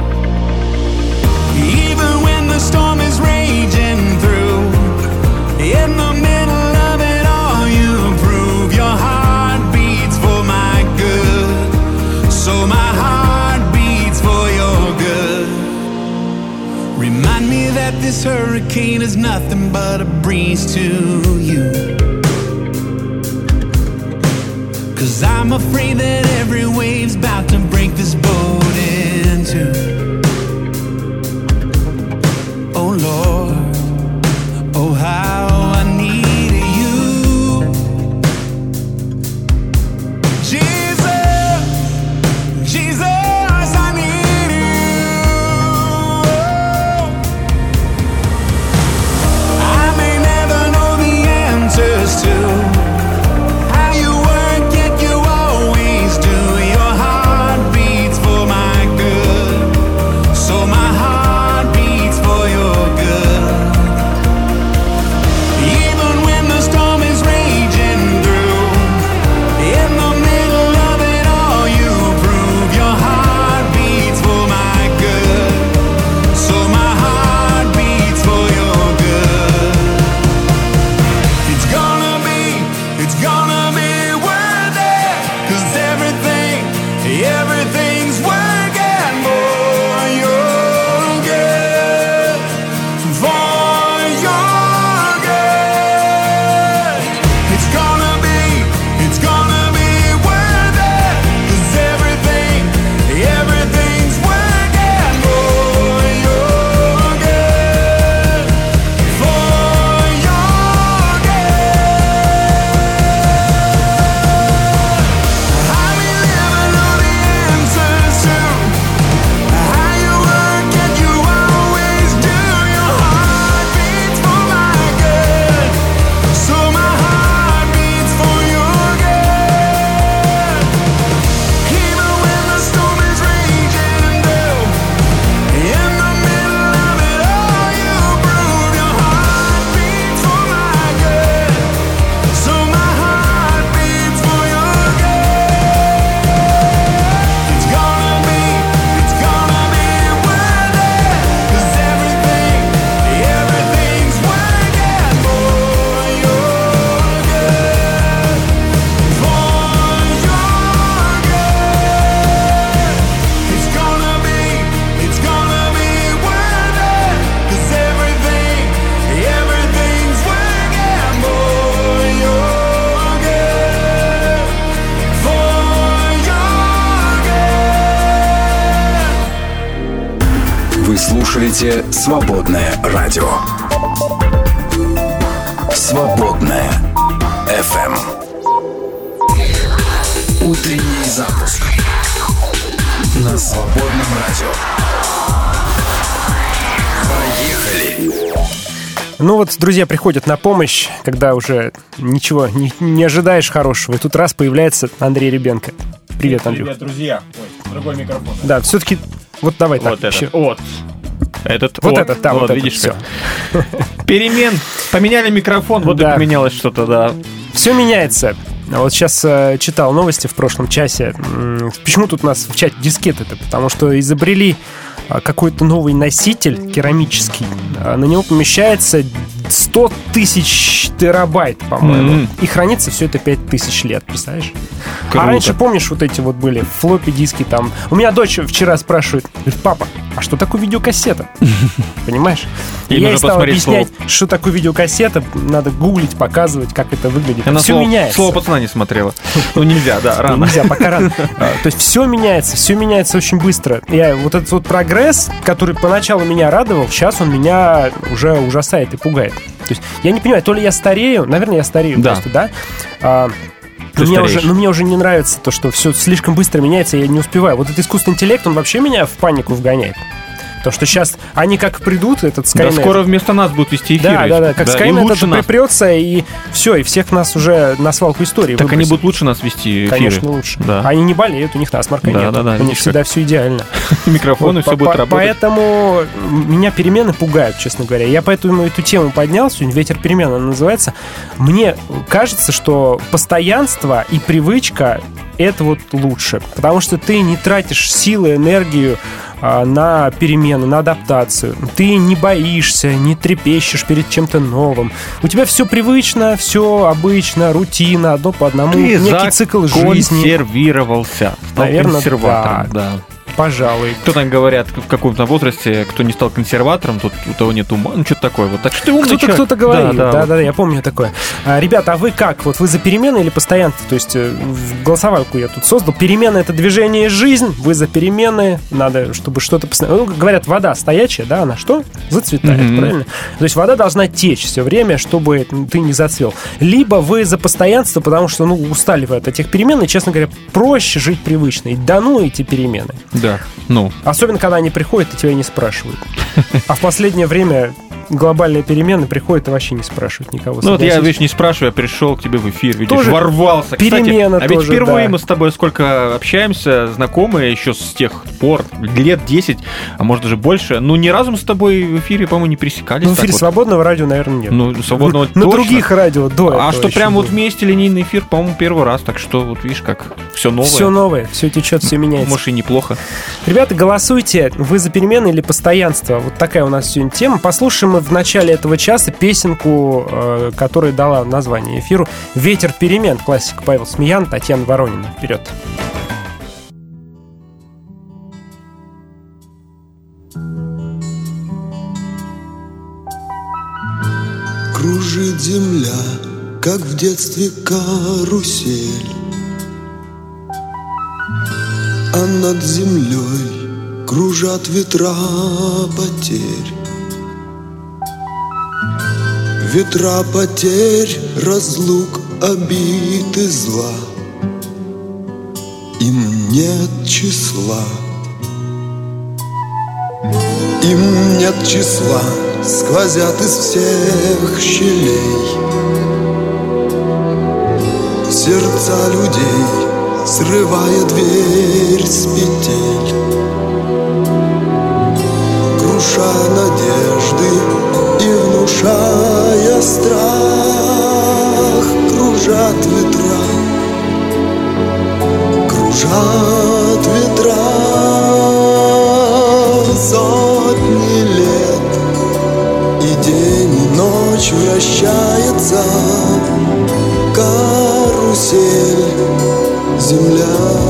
Even when the storm is raging through, in the middle of it all you prove your heart beats for my good, so my heart beats for your good. Remind me that this hurricane is nothing but a breeze to you, 'cause I'm afraid that every wave's about to break this boat in two. Oh Lord, oh how I need you. Jesus, Jesus, I need you. I may never know the answers to how you work, yet you always do. Your heart beats for my good, so my heart beats for your good. Even when the storm is raging through, in the middle of it all you prove your heart beats for my good, so my heart beats for your good. It's gonna be worth it, 'cause everything's working for your good, for your good. It's gonna be worth it, 'cause everything's working for your good, for your good. I may never know the answers to how you work, yet you always do. Your heart beats for my good, so my heart beats for your good. Even when the storm is raging through, in the middle of it all you prove your heart beats for my good, so my heart beats for your good. It's gonna be worth it, 'cause everything's working for your good, for your good. It's gonna be worth it, 'cause everything's working for your good, for your good. Вы слушаете «Свободное радио». «Свободное FM». Утренний запуск на «Свободном радио». Поехали! Ну вот, друзья приходят на помощь, когда уже ничего не ожидаешь хорошего. И тут раз появляется Андрей Ребенко. Привет, Андрюх. Привет, друзья. Ой, другой микрофон. Да, все-таки вот давай так. Вот еще. этот. Вот. Этот. Вот этот, да, вот видишь, все. Поменяли микрофон, вот Да. и поменялось что-то, да. Все меняется. Вот сейчас читал новости в прошлом часе. Почему тут у нас в чате дискеты-то? Потому что изобрели какой-то новый носитель керамический. На него помещается 100 тысяч терабайт, по-моему. И хранится все это 5000 лет, представляешь? Круто. А раньше, помнишь, вот эти вот были флоппи-диски там. У меня дочь вчера спрашивает, говорит, папа, а что такое видеокассета? Понимаешь? И я ей стал объяснять, что такое видеокассета. Надо гуглить, показывать, как это выглядит. Все меняется. Слово пацана не смотрела. Ну, нельзя, да, рано. Нельзя, пока рано. То есть все меняется очень быстро. Вот этот вот прогресс, который поначалу меня радовал, сейчас он меня уже ужасает и пугает. То есть я не понимаю, то ли я старею, наверное, я старею просто, да? Мне уже не нравится то, что все слишком быстро меняется, я не успеваю. Вот этот искусственный интеллект, он вообще меня в панику вгоняет. Потому что сейчас они как придут, этот Skynet... Да, скоро вместо нас будут вести эфиры. Да, как Skynet это припрется, и все, и всех нас уже на свалку истории Так выбросит. Они будут лучше нас вести эфиры. Конечно, лучше. Да. Они не болеют, у них насморка нет. У них всегда все идеально. Микрофоны, все будет работать. Поэтому меня перемены пугают, честно говоря. Я поэтому эту тему поднял, сегодня «Ветер перемен» она называется. Мне кажется, что постоянство и привычка — это вот лучше. Потому что ты не тратишь силы, энергию на перемены, на адаптацию. Ты не боишься, не трепещешь перед чем-то новым. У тебя все привычно, все обычно, рутина, одно по одному. Ты некий цикл жизни. Консервировался. Стал наверное, консерватором. Да. Пожалуй. Кто там говорят, в каком-то возрасте, кто не стал консерватором, тот, у того нет ума, ну что-то такое. Вот так что ты умный человек. Кто-то говорит, да, я помню такое. Ребята, а вы как? Вот вы за перемены или постоянство? То есть в голосовалку я тут создал. Перемены — это движение и жизнь. Вы за перемены. Надо, чтобы что-то постоянно... Ну, говорят, вода стоячая, да, она что? Зацветает, правильно? То есть вода должна течь все время, чтобы ты не зацвел. Либо вы за постоянство, потому что, устали вы от этих перемен, и, честно говоря, проще жить привычно. И да ну эти перемены. Да, Особенно, когда они приходят и тебя не спрашивают. А в последнее время глобальные перемены приходят и вообще не спрашивают никого. Вот я, видишь, не спрашиваю, я пришел к тебе в эфир, видишь, тоже ворвался. Перемена. Кстати, ведь впервые мы с тобой сколько общаемся, знакомые еще с тех пор, лет 10, а может даже больше. Ни разу мы с тобой в эфире, по-моему, не пересекались. В эфире свободного радио, наверное, нет. Свободного на других радио до этого. А что прям вот вместе линейный эфир, по-моему, первый раз. Так что вот видишь, как все новое. Все новое, все течет, все меняется. Может, и неплохо. Ребята, голосуйте. Вы за перемены или постоянство? Вот такая у нас сегодня тема. Послушаем мы в начале этого часа песенку, которая дала название эфиру «Ветер перемен». Классика. Павел Смеян, Татьяна Воронина. Вперед. Кружит земля, как в детстве карусель, а над землей кружат ветра потерь. Ветра потерь, разлук, обид и зла. Им нет числа. Им нет числа, сквозят из всех щелей сердца людей, срывая дверь с петель, крушая надежды и внушая страх. Кружат ветра, кружат ветра. Сотни лет, и день, и ночь вращается карусель, земля.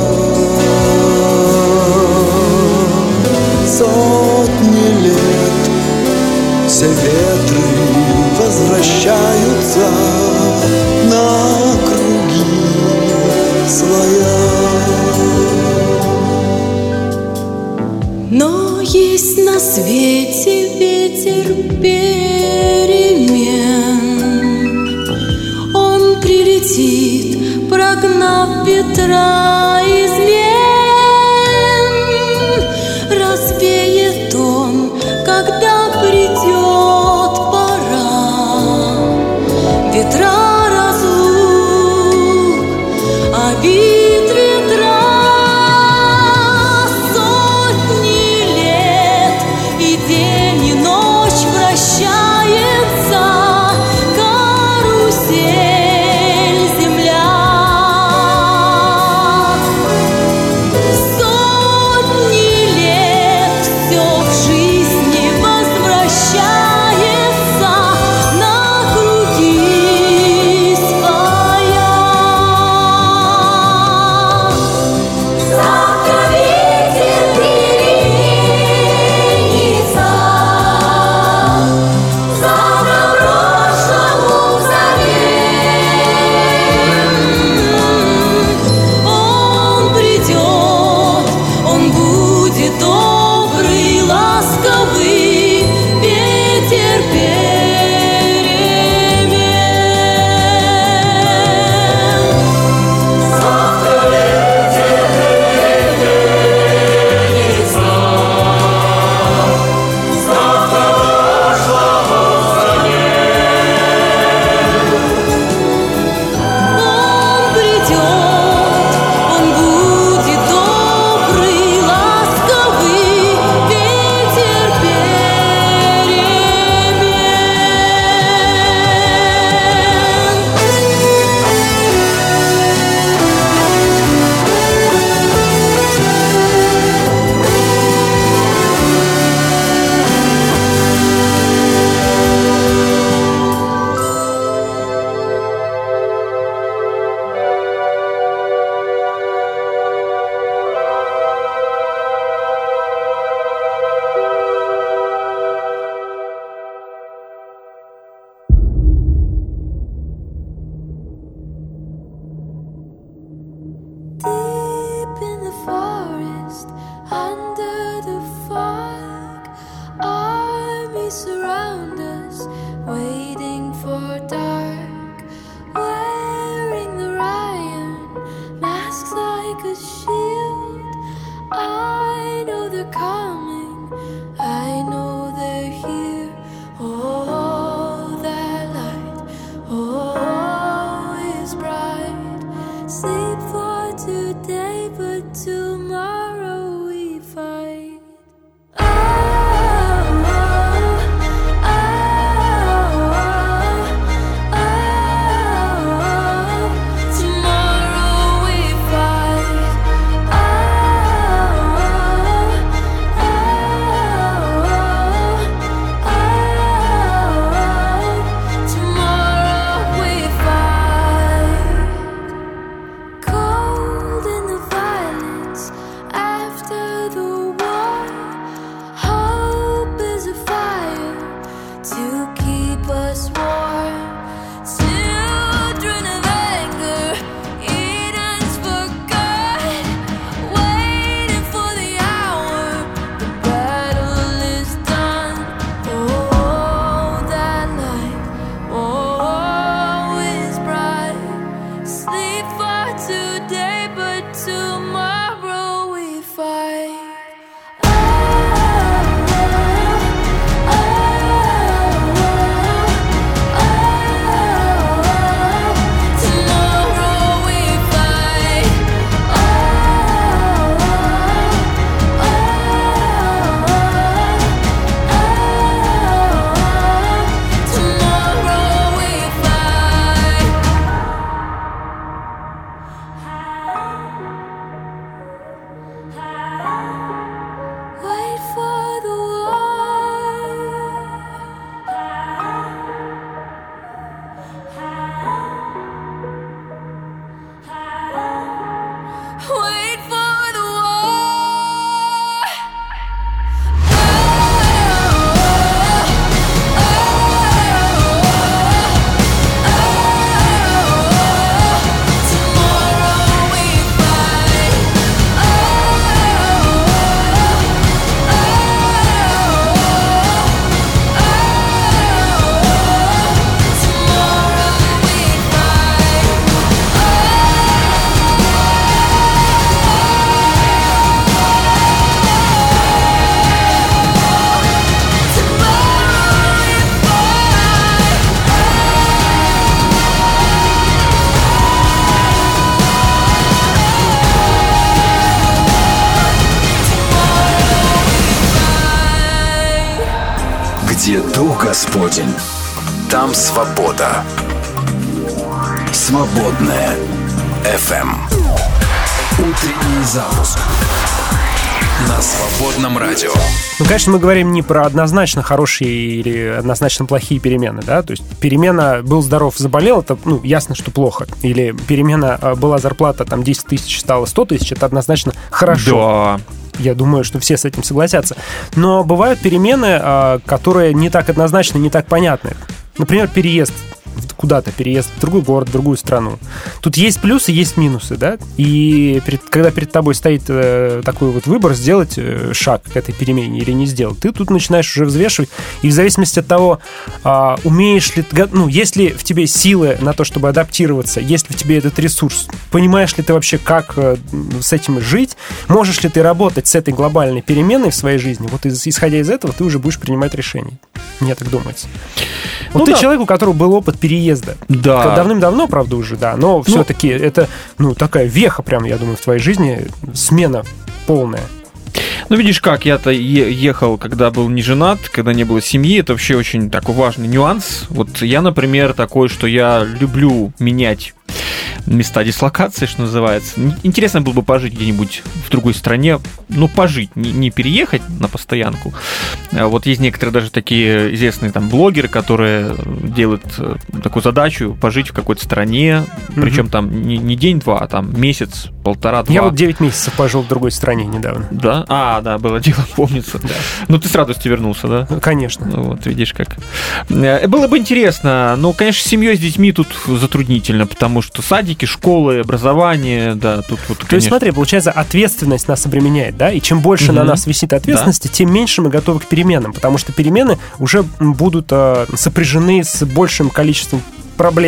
Сотни лет, все ветры возвращаются на круги своя. Но есть на свете ветер перемен. Он прилетит, прогнав ветра измен. Развеет он, когда придет пора. Ветра разлук, обид ветра. Карусель, земля. Sleep for today, but tomorrow we fight. Oh, tomorrow we fight. Tomorrow we fight. Cold in the violence after the war. Hope is a fire to keep us warm. Children of anger, Eden's forgot. Waiting for the hour the battle is done. Oh, that light, oh, is bright. Sleep for today, but tomorrow we fight. Tomorrow we fight. Tomorrow we fight. Wait for the war. Wait for the war. Tomorrow we fight. Tomorrow we Где Дух Господень, там свобода. Свободная FM. Утренний запуск на Свободном радио. Ну, конечно, мы говорим не про однозначно хорошие или однозначно плохие перемены, да, то есть перемена «был здоров, заболел» — это, ну, ясно, что плохо, или перемена «была зарплата, там, 10 тысяч, стало 100 тысяч» — это однозначно хорошо. Да. Я думаю, что все с этим согласятся. Но бывают перемены, которые не так однозначны, не так понятны. Например, переезд куда-то, переезд в другой город, в другую страну. Тут есть плюсы, есть минусы, да? И когда перед тобой стоит такой вот выбор, сделать шаг к этой перемене или не сделать, ты тут начинаешь уже взвешивать, и в зависимости от того, умеешь ли, ну, есть ли в тебе силы на то, чтобы адаптироваться, есть ли в тебе этот ресурс, понимаешь ли ты вообще, как с этим жить, можешь ли ты работать с этой глобальной переменой в своей жизни, вот исходя из этого, ты уже будешь принимать решения. Мне так думается. Вот ты человек, у которого был опыт переезда. Да. Давным-давно, правда, уже, да. Но все-таки это, ну, такая веха прям, я думаю, в твоей жизни. Смена полная. Ну, видишь как, я-то ехал, когда был не женат, когда не было семьи. Это вообще очень такой важный нюанс. Вот я, например, такой, что я люблю менять места дислокации, что называется. Интересно было бы пожить где-нибудь в другой стране. Ну, пожить, не переехать на постоянку. Вот есть некоторые даже такие известные там блогеры, которые делают такую задачу пожить в какой-то стране. Причем там не день-два, а там месяц, полтора-два. Я вот 9 месяцев пожил в другой стране недавно. Да? Да, было дело, помнится. Да. Ну, ты с радостью вернулся, да? Конечно. Вот, видишь как. Было бы интересно, но, конечно, с семьей, с детьми тут затруднительно, потому что садики, школы, образование, да, тут вот, конечно... То есть, смотри, получается, ответственность нас обременяет, да? И чем больше на нас висит ответственности, тем меньше мы готовы к переменам, потому что перемены уже будут сопряжены с большим количеством проблем.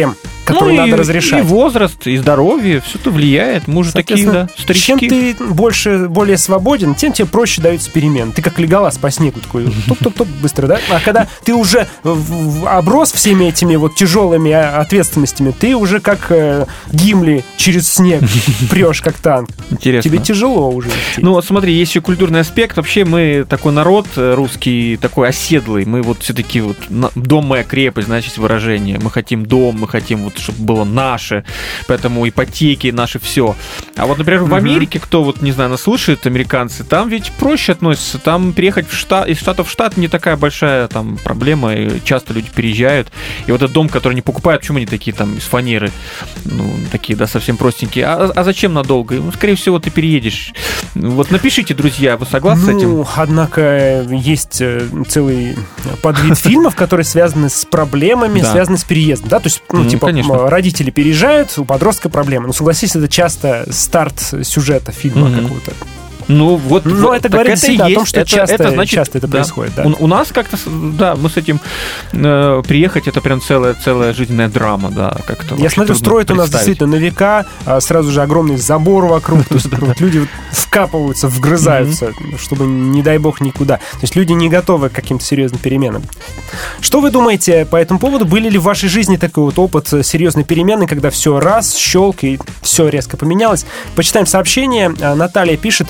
которые надо разрешать. И возраст, и здоровье, все это влияет. Мы уже такие, да, старички. Чем ты более свободен, тем тебе проще даются перемены. Ты как Леголас по снегу такой, топ-топ-топ, быстро, да? А когда ты уже оброс всеми этими вот тяжелыми ответственностями, ты уже как Гимли через снег прешь, как танк. Интересно. Тебе тяжело уже идти. Ну вот смотри, есть еще культурный аспект. Вообще мы такой народ русский, такой оседлый. Мы вот все-таки вот дом моя крепость, значит, выражение. Мы хотим дом, мы хотим вот, чтобы было наше. Поэтому ипотеки наши, все. А вот, например, в Америке, кто вот, не знаю, нас слушает, американцы, там ведь проще относятся. Там переехать из штата в штат не такая большая там проблема. И часто люди переезжают. И вот этот дом, который не покупают, почему они такие там из фанеры? Ну, такие, да, совсем простенькие. А зачем надолго? Ну, скорее всего, ты переедешь. Вот напишите, друзья, вы согласны с этим? Ну, однако, есть целый подвид фильмов, которые связаны с проблемами, связаны с переездом. Да? То есть, типа, конечно. Родители переезжают, у подростка проблемы. Ну, согласись, это часто старт сюжета фильма какого-то. Ну, вот, но это говорит действительно о том, что часто это да, происходит. Да. У нас как-то, да, мы с этим приехать, это прям целая жизненная драма, да. Как-то я смотрю, строят у нас действительно на века, сразу же огромный забор вокруг, то есть люди вкапываются, вгрызаются, чтобы, не дай бог, никуда. То есть люди не готовы к каким-то серьезным переменам. Что вы думаете по этому поводу? Были ли в вашей жизни такой вот опыт серьезной перемены, когда все раз, щелк, и все резко поменялось? Почитаем сообщение. Наталья пишет: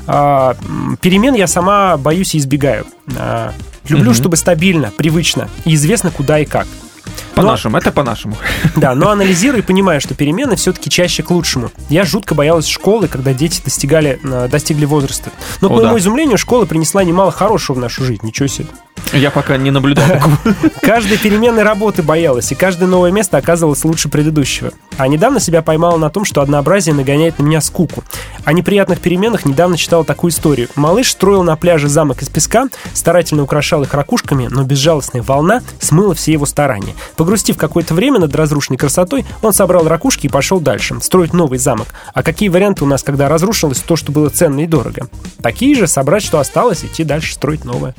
перемен я сама боюсь и избегаю. Люблю, чтобы стабильно, привычно и известно куда и как. По-нашему, это по-нашему. Да, но анализирую и понимаю, что перемены все-таки чаще к лучшему. Я жутко боялась школы, когда дети достигли возраста. Но, к моему изумлению, школа принесла немало хорошего в нашу жизнь. Ничего себе. Я пока не наблюдал такого. Каждой перемены работы боялась, и каждое новое место оказывалось лучше предыдущего. А недавно себя поймала на том, что однообразие нагоняет на меня скуку. О неприятных переменах недавно читала такую историю. Малыш строил на пляже замок из песка, старательно украшал их ракушками, но безжалостная волна смыла все его старания. Погрустив какое-то время над разрушенной красотой, он собрал ракушки и пошел дальше, строить новый замок. А какие варианты у нас, когда разрушилось то, что было ценно и дорого? Такие же: собрать, что осталось, идти дальше, строить новое.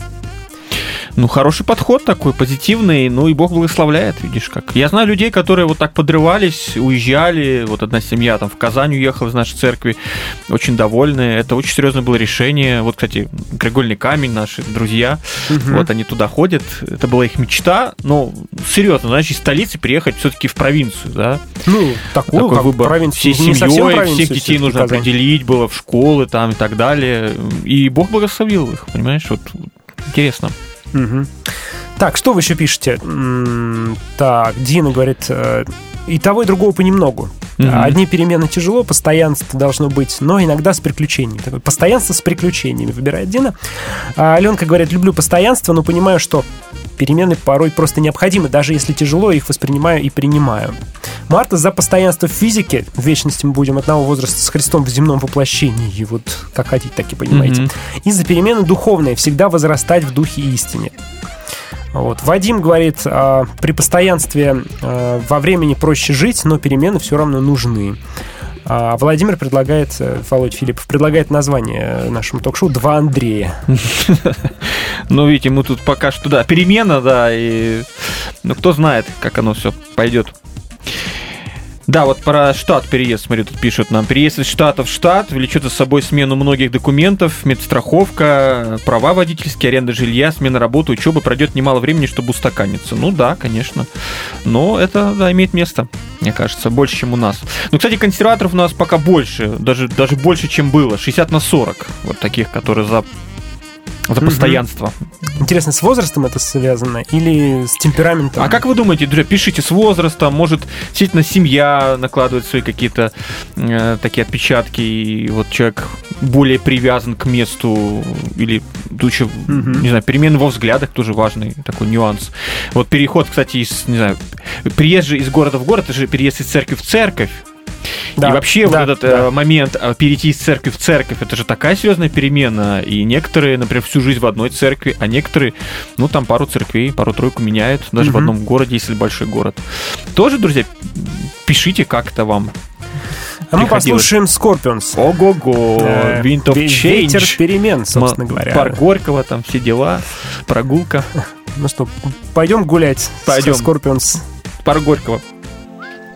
Ну, хороший подход такой, позитивный, ну и Бог благословляет, видишь как. Я знаю людей, которые вот так подрывались, уезжали, вот одна семья там в Казань уехала из нашей церкви, очень довольны, это очень серьезное было решение. Вот, кстати, Краеугольный камень, наши друзья, вот они туда ходят, это была их мечта, но серьезно, значит, из столицы приехать все-таки в провинцию, да? Ну, такой выбор. Провинцию, всей семьей, всех детей нужно определить было в школы там и так далее, и Бог благословил их, понимаешь, вот интересно. Угу. Так, что вы еще пишете? Так, Дина говорит: и того, и другого понемногу. Одни перемены тяжело, постоянство должно быть, но иногда с приключениями. Такое постоянство с приключениями выбирает Дина. А Аленка говорит: люблю постоянство, но понимаю, что перемены порой просто необходимы, даже если тяжело, их воспринимаю и принимаю. Марта за постоянство в физике. В вечности мы будем одного возраста с Христом в земном воплощении. И вот как хотите, так и понимаете. И за перемены духовные, всегда возрастать в духе и истине. Вот. Вадим говорит: при постоянстве во времени проще жить, но перемены все равно нужны. Владимир предлагает, Володь Филиппов предлагает название нашему ток-шоу «Два Андрея». Ну, видите, мы тут пока что, да, перемена, да, и ну, кто знает, как оно все пойдет. Да, вот про штат переезд, смотрю, тут пишут нам. Переезд из штата в штат влечет за собой смену многих документов, медстраховка, права водительские, аренда жилья, смена работы, учебы. Пройдет немало времени, чтобы устаканиться. Ну да, конечно. Но это, да, имеет место, мне кажется, больше, чем у нас. Ну, кстати, консерваторов у нас пока больше, даже больше, чем было. 60/40. Вот таких, которые за постоянство. Интересно, с возрастом это связано или с темпераментом? А как вы думаете, друзья, пишите, с возрастом, может, действительно семья накладывает свои какие-то такие отпечатки, и вот человек более привязан к месту, или тут еще, не знаю, перемены во взглядах тоже важный такой нюанс. Вот переход, кстати, приезд же из города в город, это же переезд из церкви в церковь. Да, и вообще вот этот момент перейти из церкви в церковь, это же такая серьезная перемена. И некоторые, например, всю жизнь в одной церкви, а некоторые, ну, там пару церквей, пару-тройку меняют, даже в одном городе, если большой город. Тоже, друзья, пишите, как это вам. А мы послушаем Scorpions. Ого-го, Wind of Change. Ветер перемен, собственно говоря. Парк Горького, там все дела, прогулка. Ну что, пойдем гулять с Scorpions. Парк Горького.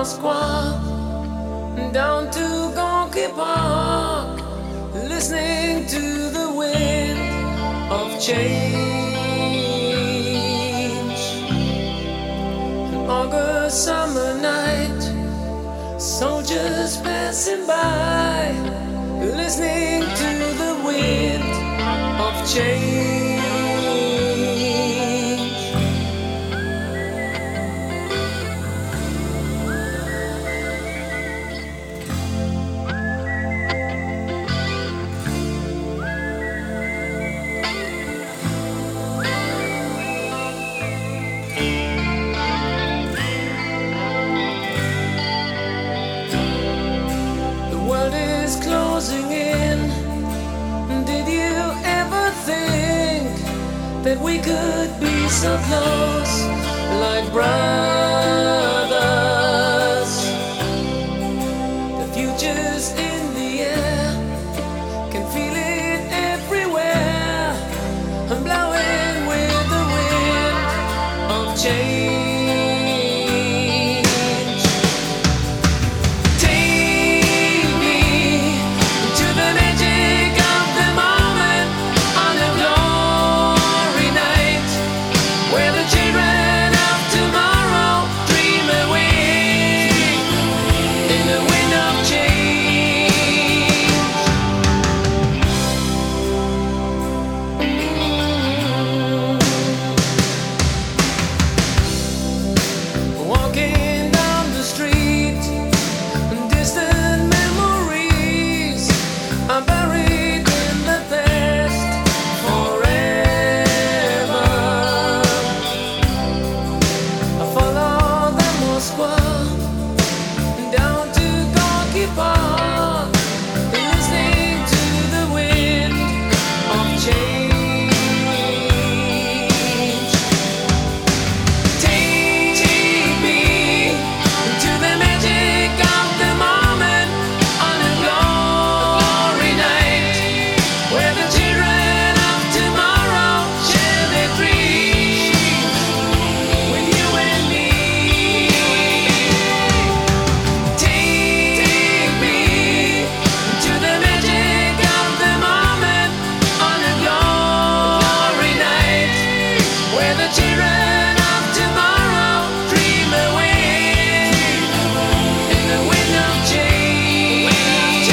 Moscow, down to Gorky Park, listening to the wind of change. An August summer night, soldiers passing by, listening to the wind of change. The world is closing in. Did you ever think that we could be so close, like brothers? The future's in the air, can feel it everywhere. I'm blowing with the wind of change. Take me to the magic of the moment on a glory night, where the children of tomorrow dream away in the wind of change. Walking down the street, distant memories are buried in the past forever. I follow the Moscow down to Gorky Park, listening to the wind of change. Take me to the magic of the moment on a glory night, where the children of tomorrow share their dreams with you and me. Take me to the magic of the moment on a glory night, where the children of tomorrow dream away in the wind of change.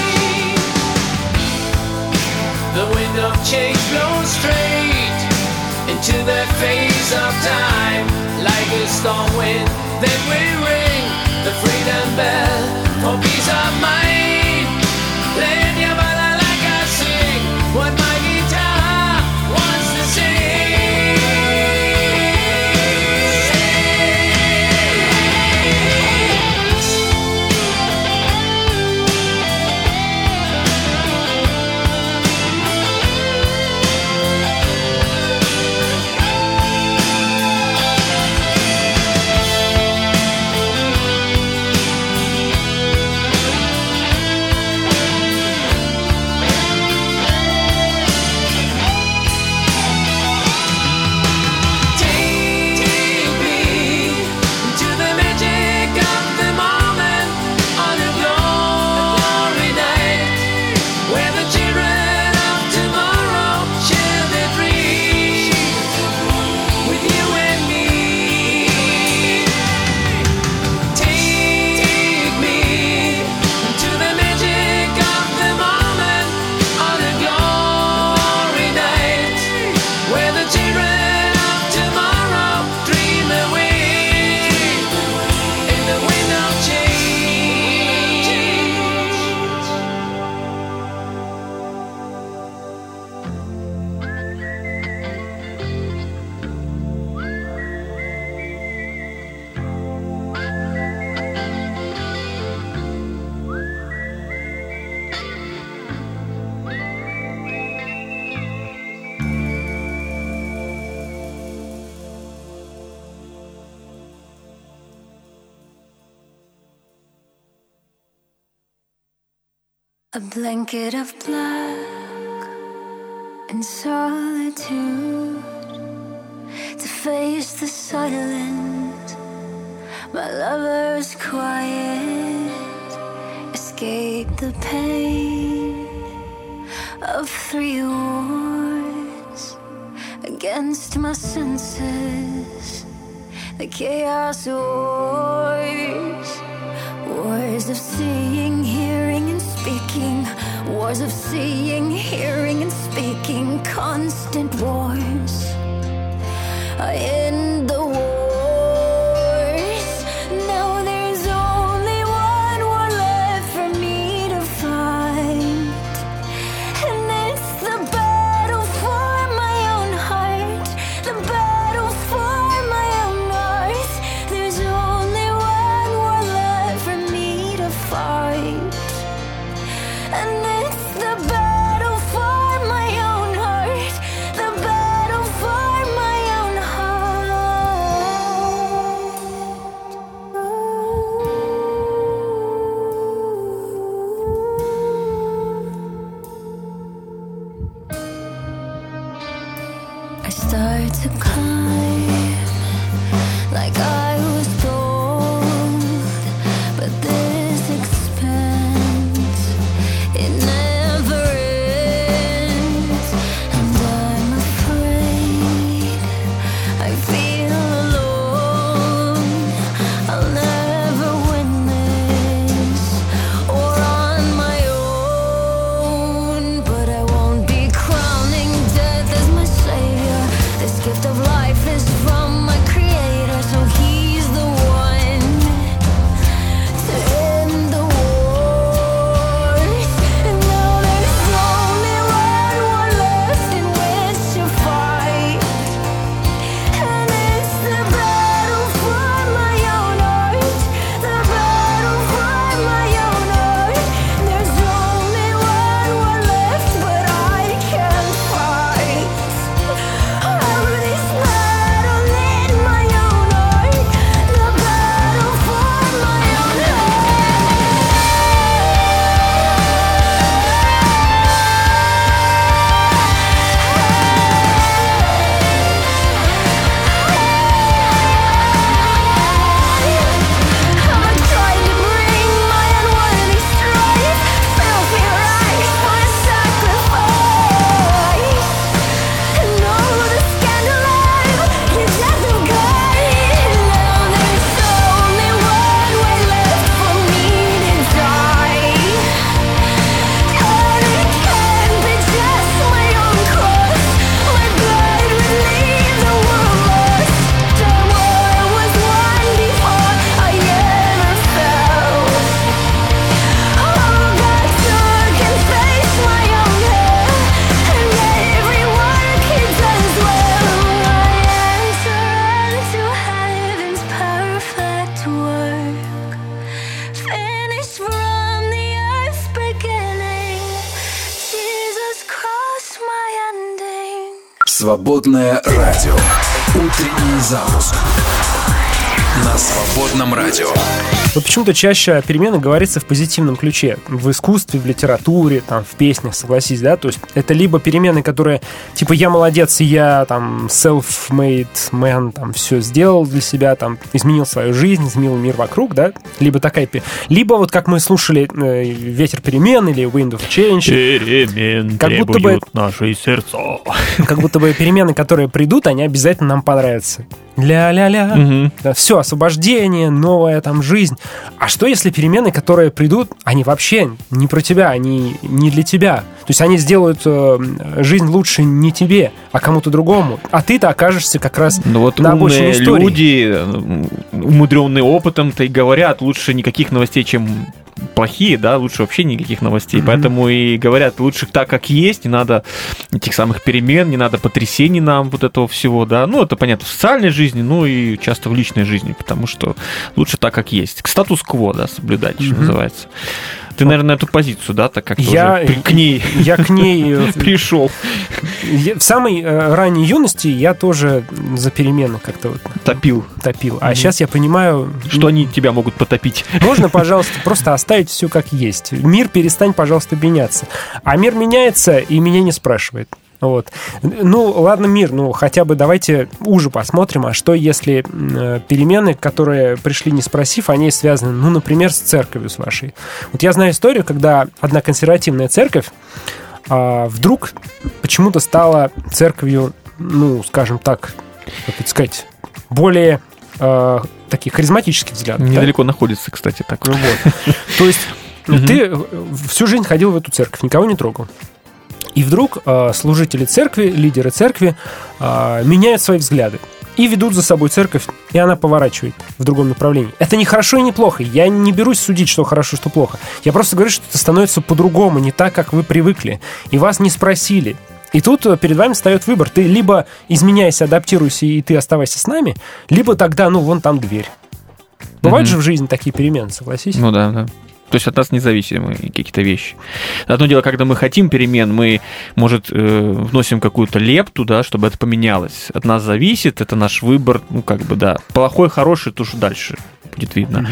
The wind of change blows straight into the face of time, like a storm wind. Then we ring the freedom bell for peace of mind. Playing your balalaika, sing what my guitar wants to Take me to the magic of the moment on a glory night, where the children of tomorrow share their dreams with you and me. Take me to the magic of the moment on a glory night, where the children of tomorrow dream away in the wind of change. A blanket of black and solitude to face the silence My lover's quiet, escape the pain of 3 wars against my senses. The chaos wars, wars of seeing, hearing and speaking, wars of seeing, hearing and speaking, constant wars. I end the wars. Now there's only one war left for me to fight, and it's the battle for my own heart, the battle for my own heart. There's only one war left for me to fight, and it's the battle for my own heart, the battle for my own heart. I start to climb like I was told, but this expanse, it never ends, and I'm afraid I feel alone. I'll never win this or on my own, but I won't be crowning death as my savior. This gift of life is from my creator, so he's the one to end the wars. And now there's only one war left in which to fight, and it's the battle for my own heart, the battle for my own heart. There's only one war left, but I can't fight. Oh, this battle in my own heart, the battle for my own I'm trying to bring my unworthy strife, filthy rags for a sacrifice. And all the scandal of your death of God. Now there's only one way left for me to die, and it can't be just my own cross. My blood would leave the world lost. The war was won before I ever fell. Oh, God took and faced my own hell, and every work he does well. I enter into heaven's perfect work, finished from the earth's beginning. Jesus crossed my ending. Свободное радио. Утренний запуск. На свободном радио. Вот почему-то чаще о переменах говорится в позитивном ключе. В искусстве, в литературе, там, в песнях, согласись, да? То есть это либо перемены, которые, типа, я молодец, и я, там, self-made man, там, все сделал для себя, там, изменил свою жизнь, изменил мир вокруг, да? Либо такая... Либо вот как мы слушали «Ветер перемен» или «Wind of Change». Перемен как будто бы наши сердца. Как будто бы перемены, которые придут, они обязательно нам понравятся. Ля-ля-ля. Да, все, освобождение, новая там жизнь. А что, если перемены, которые придут, они вообще не про тебя, они не для тебя? То есть они сделают жизнь лучше не тебе, а кому-то другому. А ты-то окажешься как раз на обочине истории. Люди, умудренные опытом-то и говорят, лучше никаких новостей, чем плохие, да, лучше вообще никаких новостей. Поэтому и говорят, лучше так, как есть, не надо этих самых перемен, не надо потрясений нам, вот этого всего, да. Ну, это понятно в социальной жизни, ну и часто в личной жизни, потому что лучше так, как есть. К статус-кво, да, соблюдать, что называется. Ты, наверное, эту позицию, да, так как я к ней пришел. В самой ранней юности я тоже за перемены как-то вот топил. А сейчас я понимаю, что они тебя могут потопить. Можно, пожалуйста, просто оставить все как есть. Мир перестань, пожалуйста, меняться. А мир меняется и меня не спрашивает. Вот. Ну, ладно, мир, ну, хотя бы давайте уже посмотрим, а что если перемены, которые пришли не спросив, они связаны, ну, например, с церковью с вашей. Вот я знаю историю, когда одна консервативная церковь вдруг почему-то стала церковью, ну, скажем так, как это сказать, более таких харизматических взглядов. Недалеко находится, кстати, так. Ну, вот. То есть ты всю жизнь ходил в эту церковь, никого не трогал. И вдруг служители церкви, лидеры церкви меняют свои взгляды и ведут за собой церковь, и она поворачивает в другом направлении. Это не хорошо и не плохо. Я не берусь судить, что хорошо, что плохо. Я просто говорю, что это становится по-другому, не так, как вы привыкли. И вас не спросили. И тут перед вами встает выбор. Ты либо изменяйся, адаптируйся, и ты оставайся с нами, либо тогда, ну, вон там дверь. Бывают же в жизни такие перемены, согласись? Ну да, да. То есть от нас независимы какие-то вещи. Одно дело, когда мы хотим перемен, мы, может, вносим какую-то лепту, да, чтобы это поменялось. От нас зависит, это наш выбор, ну, как бы, да. Плохой, хороший, то уж дальше будет видно.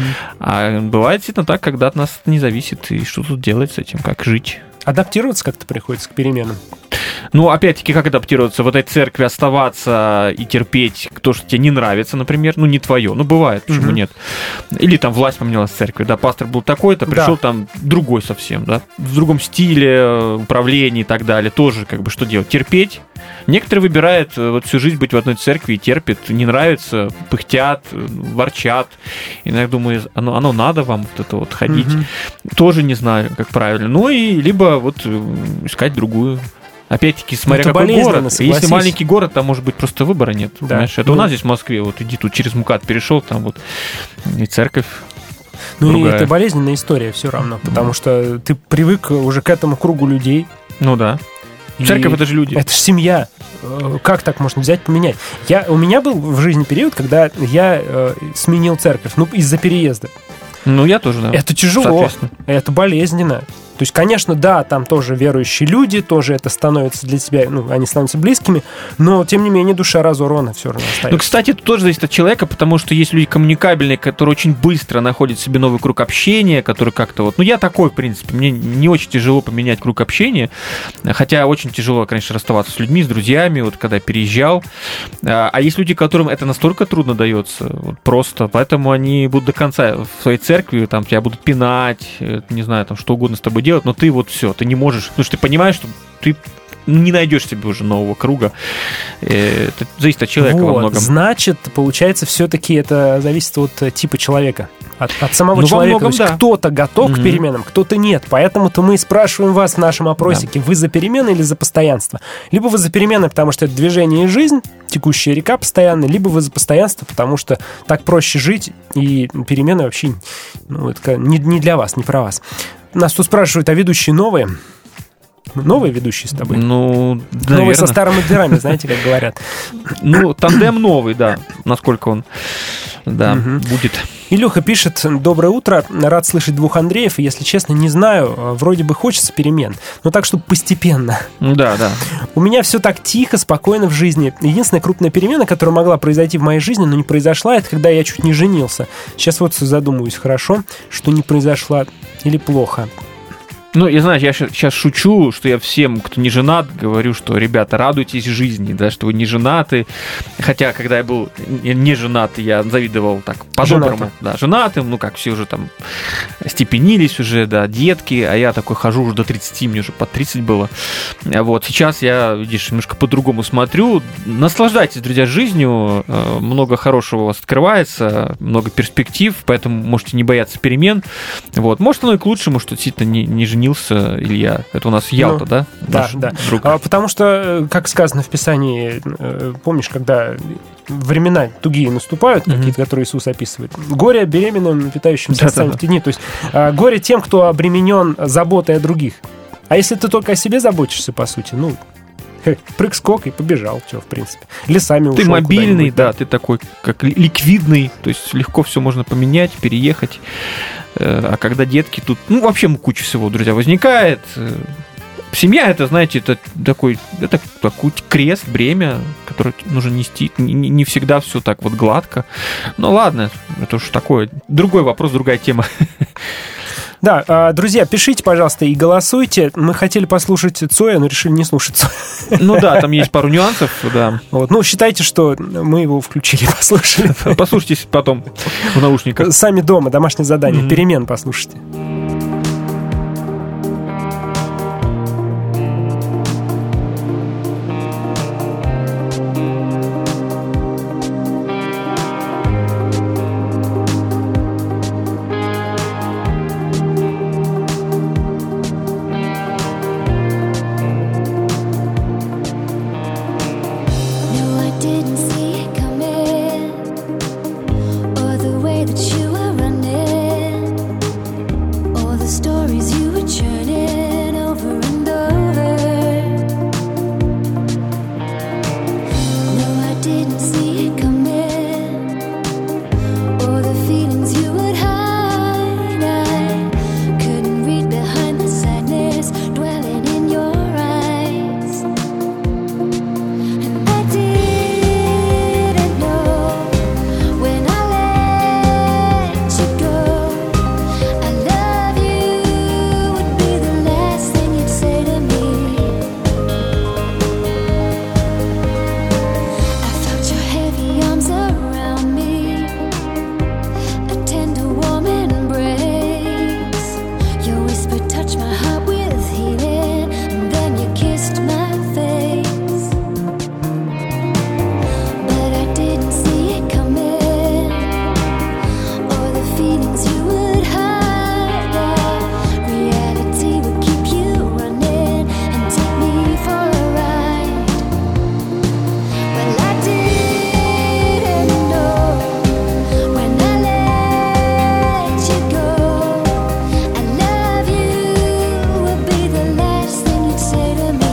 А бывает действительно так, когда от нас не зависит, и что тут делать с этим, как жить? Адаптироваться как-то приходится к переменам. Ну, опять-таки, как адаптироваться? В этой церкви оставаться и терпеть то, что тебе не нравится, например, ну, не твое. Ну, бывает, почему нет? Или там власть поменялась в церкви, да, пастор был такой-то, пришел там другой совсем, да, в другом стиле управления и так далее. Тоже, как бы, что делать? Терпеть. Некоторые выбирают вот всю жизнь быть в одной церкви и терпят, не нравится, пыхтят, ворчат. Иногда думаю, оно надо вам вот это вот ходить. Тоже не знаю, как правильно. Ну, и либо вот искать другую. Опять-таки, смотря какой город. Если маленький город, там, может быть, просто выбора нет. Да. Понимаешь? Это у нас здесь в Москве. Вот иди тут через МКАД перешел, там вот и церковь. Ну, другая. И это болезненная история все равно, потому что ты привык уже к этому кругу людей. Ну да. Церковь — это же люди. Это же семья. Как так можно взять, поменять? У меня был в жизни период, когда я сменил церковь, ну, из-за переезда. Ну, я тоже, да. Это тяжело, это болезненно. То есть, конечно, да, там тоже верующие люди, тоже это становится для тебя, ну, они становятся близкими, но, тем не менее, душа разорвана все равно остается. Ну, кстати, это тоже зависит от человека, потому что есть люди коммуникабельные, которые очень быстро находят себе новый круг общения, который как-то вот... Ну, я такой, в принципе, мне не очень тяжело поменять круг общения, хотя очень тяжело, конечно, расставаться с людьми, с друзьями, вот когда переезжал. А есть люди, которым это настолько трудно дается, вот просто, поэтому они будут до конца в своей церкви, там, тебя будут пинать, не знаю, там, что угодно с тобой делать, но ты вот все, ты не можешь, потому что ты понимаешь, что ты не найдешь себе уже нового круга. Это зависит от человека во многом. Значит, получается, все-таки это зависит от типа человека. От самого человека. Многом, то есть кто-то готов к переменам, кто-то нет. Поэтому-то мы и спрашиваем вас в нашем опросике, вы за перемены или за постоянство? Либо вы за перемены, потому что это движение и жизнь, текущая река постоянная, либо вы за постоянство, потому что так проще жить, и перемены вообще, ну, это не для вас, не про вас. Нас тут спрашивают, а ведущие новые? Новые ведущие с тобой? Ну, наверное. Новые со старыми дверами, знаете, как говорят. Ну, тандем новый, да, насколько он, да, будет. Илюха пишет: доброе утро, рад слышать двух Андреев, и, если честно, не знаю, вроде бы хочется перемен, но так, чтобы постепенно. Да, да. У меня все так тихо, спокойно в жизни. Единственная крупная перемена, которая могла произойти в моей жизни, но не произошла, это когда я чуть не женился. Сейчас вот задумываюсь, хорошо, что не произошла, или плохо. Ну, я знаю, я сейчас шучу, что я всем, кто не женат, говорю, что, ребята, радуйтесь жизни, да, что вы не женаты. Хотя, когда я был не женат, я завидовал так по-доброму. Да, женатым, ну, как все уже там степенились уже, да, детки, а я такой хожу уже до 30, мне уже под 30 было. Вот, сейчас я, видишь, немножко по-другому смотрю. Наслаждайтесь, друзья, жизнью, много хорошего у вас открывается, много перспектив, поэтому можете не бояться перемен. Вот, может, оно и к лучшему, что действительно не женился Илья. Это у нас Ялта, да? Да, да. Потому что, как сказано в Писании, помнишь, когда времена тугие наступают, какие-то, которые Иисус описывает, горе беременным, питающимся в те дни. То есть горе тем, кто обременен заботой о других. А если ты только о себе заботишься, по сути, ну, прыг-скок и побежал, все, в принципе. Лесами ушел. Ты мобильный, да, ты такой, как ликвидный, то есть легко все можно поменять, переехать. А когда детки тут, ну, вообще куча всего, друзья, возникает. Семья — это, знаете, это такой крест, бремя, которое нужно нести. Не всегда все так вот гладко. Ну, ладно, это уж такое. Другой вопрос, другая тема. Да, друзья, пишите, пожалуйста, и голосуйте. Мы хотели послушать Цоя, но решили не слушать Цоя. Ну да, там есть пару нюансов, да. Вот, ну, считайте, что мы его включили, послушали. Послушайте потом в наушниках. Сами дома, домашнее задание, перемен послушайте. No, I didn't see it coming, or the way that you were running, or the stories you were churning over and over. No, I didn't see it coming, or the feelings you would hide. I couldn't read behind the sadness dwelling in your eyes. I didn't know when I let you go. I love you would be the last thing you'd say to me. I felt your heavy arms around me, a tender warm embrace. Your whisper touched my heart with healing, and then you kissed my face. But I didn't see it coming, or the feelings you would hide. Reality would keep you running and take me for a ride. Well, I didn't know when I let you go. I love you would be the last thing you'd say to me.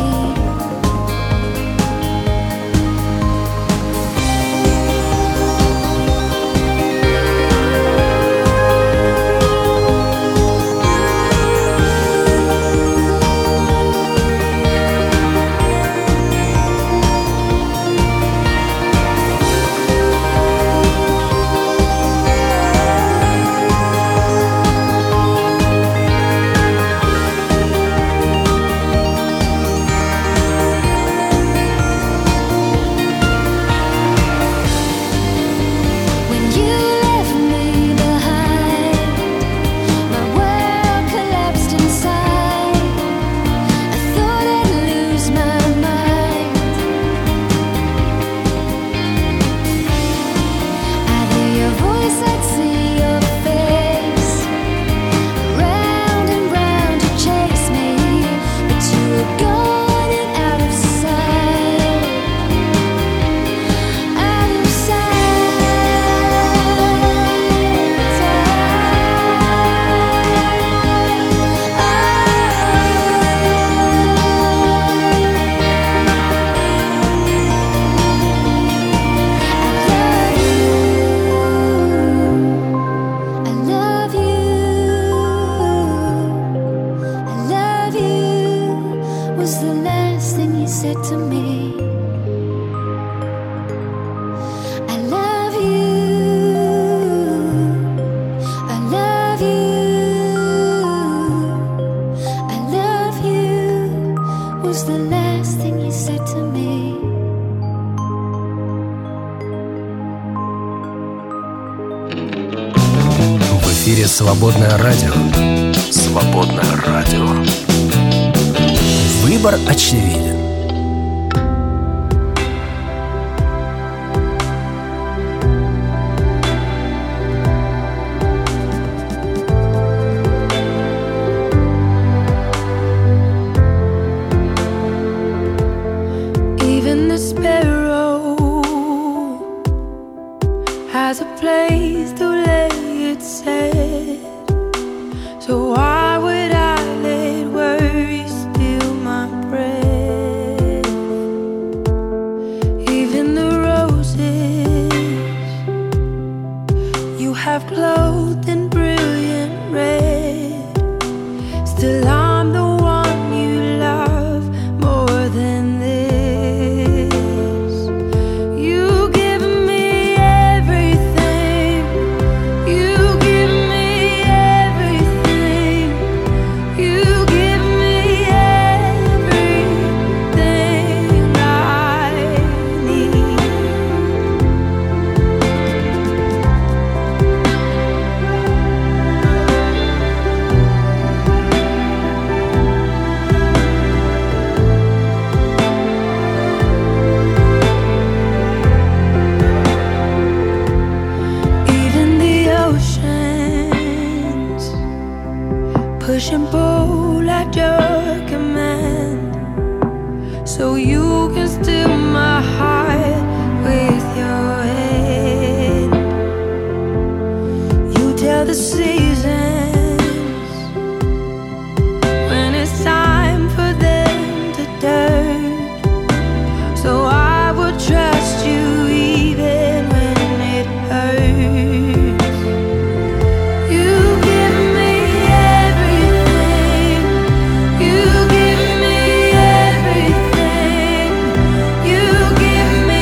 When you left me behind, my world collapsed inside. I thought I'd lose my mind. I'd hear your voice, I'd see your face. Round and round you chased me, but you were gone and out of sight. Out of I love you was the last thing you said to me. I love you was the last thing you said to me. В эфире «Свободное радио». «Свободное радио». Выбор очевиден. Even the sparrow has a place to lay its head. So why would I let worry steal my breath? Even the roses you have clothed in brilliant red, still I'm the one you love more than this. You give me everything, you give me everything. push and pull at your command, so you can steal my heart with your hand. You tell the seasons when it's time for them to turn, so I would trust you even when it hurts. You give me everything. You give me everything. You give me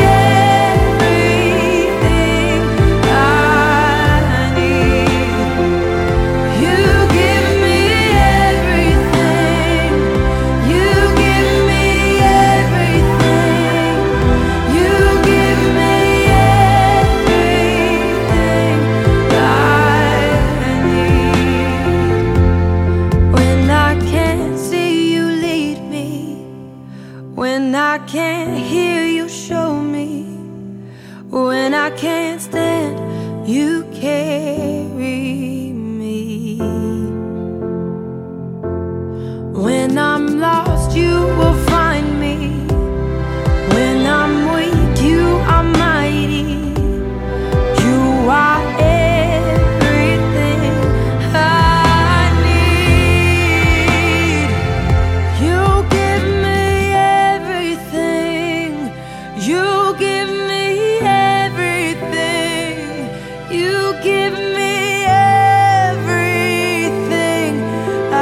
everything I need. You give me everything. You give me everything. You give me everything I need. When I can't see you lead me, when I can't hear you show me, when I can't stand, you carry me. When I'm lost, you will find me. When I'm weak, you are mighty. You are everything I need. You give me everything. You give me everything. You give me everything I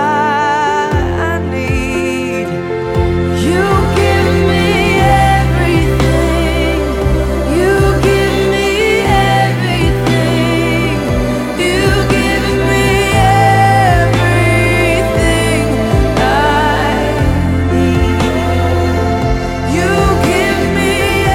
need. You give me everything. You give me everything. You give me everything I need. You give me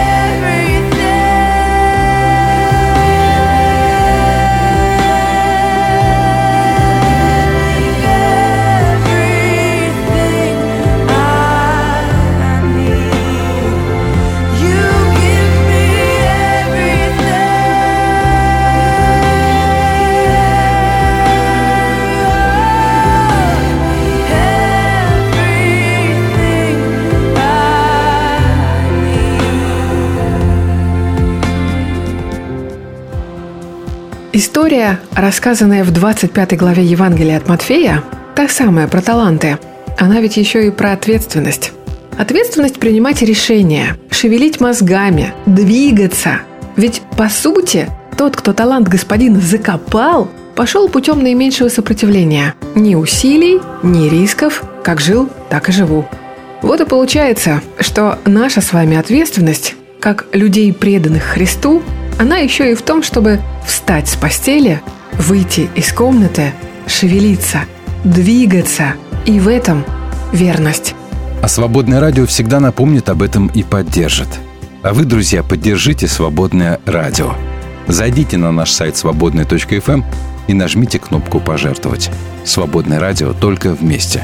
История, рассказанная в 25 главе Евангелия от Матфея, та самая про таланты, она ведь еще и про ответственность. Ответственность принимать решения, шевелить мозгами, двигаться. Ведь, по сути, тот, кто талант господина закопал, пошел путем наименьшего сопротивления. Ни усилий, ни рисков. Как жил, так и живу. Вот и получается, что наша с вами ответственность, как людей, преданных Христу, она еще и в том, чтобы встать с постели, выйти из комнаты, шевелиться, двигаться. И в этом верность. А Свободное радио всегда напомнит об этом и поддержит. А вы, друзья, поддержите Свободное радио. Зайдите на наш сайт свободная.фм и нажмите кнопку «Пожертвовать». Свободное радио только вместе.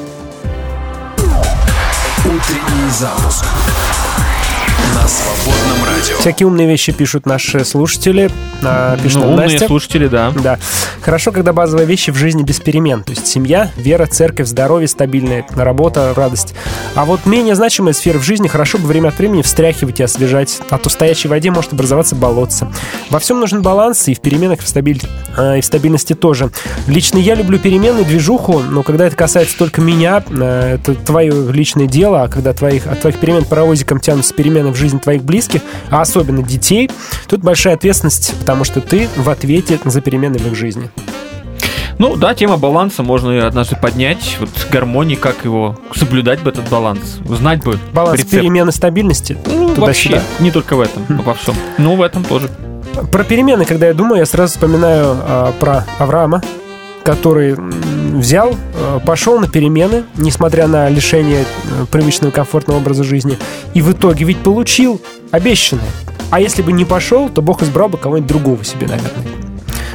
Утренний запуск на Свободном радио. Всякие умные вещи пишут наши слушатели. Пишет умные Настя. слушатели, да. Да. Хорошо, когда базовые вещи в жизни без перемен. То есть семья, вера, церковь, здоровье стабильное, работа, радость. А вот менее значимые сферы в жизни хорошо бы время от времени встряхивать и освежать. А то в стоячей воде может образоваться болотце. Во всем нужен баланс, и в переменах, и в стабильности тоже. Лично я люблю перемены, движуху, но когда это касается только меня, это твое личное дело, а когда от твоих перемен паровозиком тянутся перемены в жизни твоих близких, а особенно детей, тут большая ответственность, потому что ты в ответе за перемены в их жизни. Ну да, тема баланса можно однажды поднять. Вот гармонии, как его соблюдать бы этот баланс, узнать бы баланс рецепт. Перемены стабильности. Ну, вообще, не только в этом, но во всем. Но в этом тоже. Про перемены, когда я думаю, я сразу вспоминаю про Авраама, который взял, пошел на перемены, несмотря на лишение привычного комфортного образа жизни, и в итоге ведь получил обещанное. А если бы не пошел, то Бог избрал бы кого-нибудь другого себе, наверное.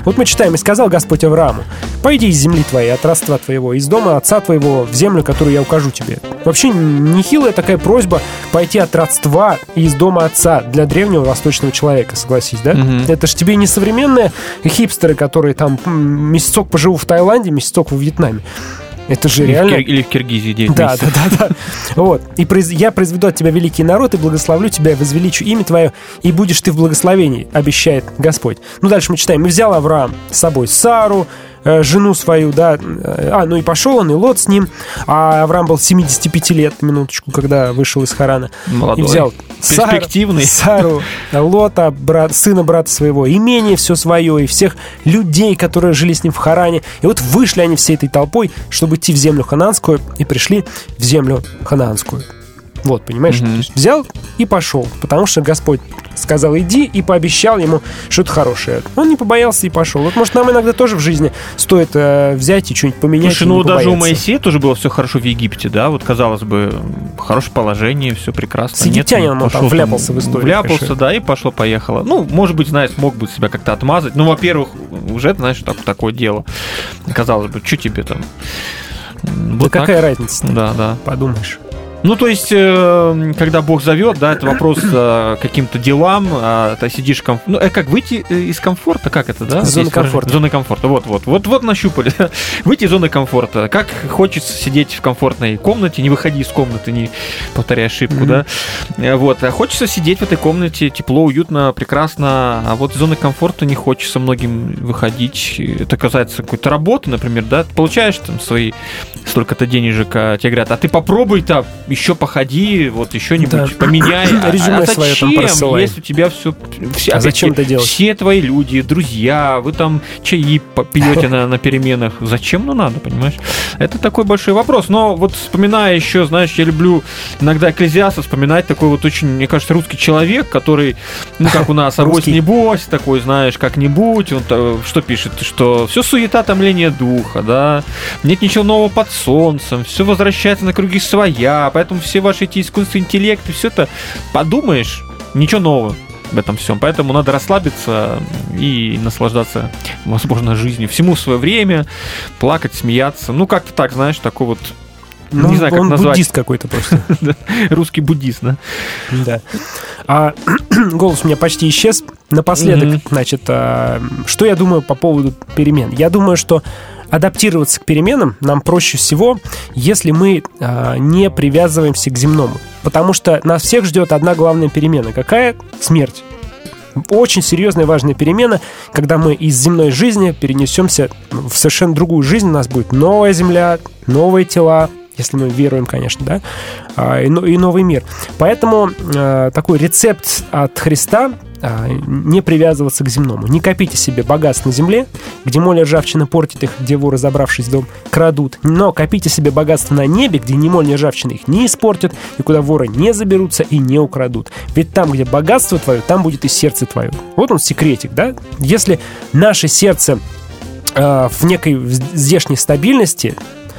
Вот мы читаем: «И сказал Господь Аврааму: пойди из земли твоей, от родства твоего, из дома отца твоего в землю, которую я укажу тебе». Вообще нехилая такая просьба пойти от родства и из дома отца для древнего восточного человека, согласись, да? Это ж тебе не современные хипстеры, которые там месяцок поживу в Таиланде, месяцок во Вьетнаме. Это же реально... Или в Киргизии 9 да, месяцев. Да. Вот. «И я произведу от тебя великий народ, и благословлю тебя, и возвеличу имя твое, и будешь ты в благословении, обещает Господь». Ну, дальше мы читаем: «И взял Авраам с собой Сару, жену свою, да, ну и пошел он, и Лот с ним». А Авраам был 75 лет, минуточку, когда вышел из Харана. Молодой, и взял перспективный. Сару, Лота, сына брата своего, имение все свое, и всех людей, которые жили с ним в Харане. И вот вышли они всей этой толпой, чтобы идти в землю ханаанскую, и пришли в землю ханаанскую. Вот, понимаешь? То есть взял и пошел, потому что Господь сказал: иди, и пообещал ему что-то хорошее. Он не побоялся и пошел. Вот, может, нам иногда тоже в жизни стоит взять и что-нибудь поменять. Слушай, ну даже у Моисея тоже было все хорошо в Египте, да? Вот, казалось бы, хорошее положение, все прекрасно. С египтянином он там вляпался в историю. Вляпался, конечно. да, и пошло-поехало. Ну, может быть, знаешь, смог бы себя как-то отмазать. Ну, во-первых, уже, знаешь, такое дело. Казалось бы, что тебе там? Да какая разница? Да. Подумаешь. Ну, то есть, когда Бог зовет, да, это вопрос к каким-то делам, ты сидишь ну, как выйти из комфорта, как это, да? Зоны комфорта. Зоны комфорта, вот нащупали. Выйти из зоны комфорта. Как хочется сидеть в комфортной комнате, не выходи из комнаты, не повторяй ошибку, да? Вот, а хочется сидеть в этой комнате, тепло, уютно, прекрасно, а вот из зоны комфорта не хочется многим выходить. Это касается какой-то работы, например, да? Ты получаешь там свои столько-то денежек, а тебе говорят: а ты попробуй-то еще походи, вот еще нибудь поменяй. Резюме свое там просылай. Если у тебя все зачем это делать? Все твои люди, друзья, вы там чаи пьете на переменах. Зачем? Ну, надо, понимаешь? Это такой большой вопрос. Но вот вспоминая еще, знаешь, я люблю иногда Экклезиаста вспоминать, такой вот очень, мне кажется, русский человек, который, ну, как у нас, авось небось, такой, знаешь, как-нибудь, он что пишет, что все суета, томление духа, да, нет ничего нового под солнцем, все возвращается на круги своя, поэтому все ваши эти искусственные интеллекты, все это подумаешь, ничего нового в этом всем. Поэтому надо расслабиться и наслаждаться, возможно, жизнью. Всему свое время, плакать, смеяться. Ну, как-то так, знаешь, такой вот... Ну, не знаю, как он назвать. Буддист какой-то просто. Русский буддист, да? Да. Голос у меня почти исчез. Напоследок, значит, что я думаю по поводу перемен? Я думаю, что адаптироваться к переменам нам проще всего, если мы не привязываемся к земному. Потому что нас всех ждет одна главная перемена. Какая? Смерть. Очень серьезная, важная перемена, когда мы из земной жизни перенесемся в совершенно другую жизнь. У нас будет новая земля, новые тела, если мы веруем, конечно, да, и новый мир. Поэтому такой рецепт от Христа — не привязываться к земному. Не копите себе богатств на земле, где моль и ржавчина портит их, где воры, забравшись в дом, крадут. Но копите себе богатство на небе, где ни моль, ни ржавчина их не испортят, и куда воры не заберутся и не украдут. Ведь там, где богатство твое, там будет и сердце твое. Вот он секретик, да? Если наше сердце в некой здешней стабильности,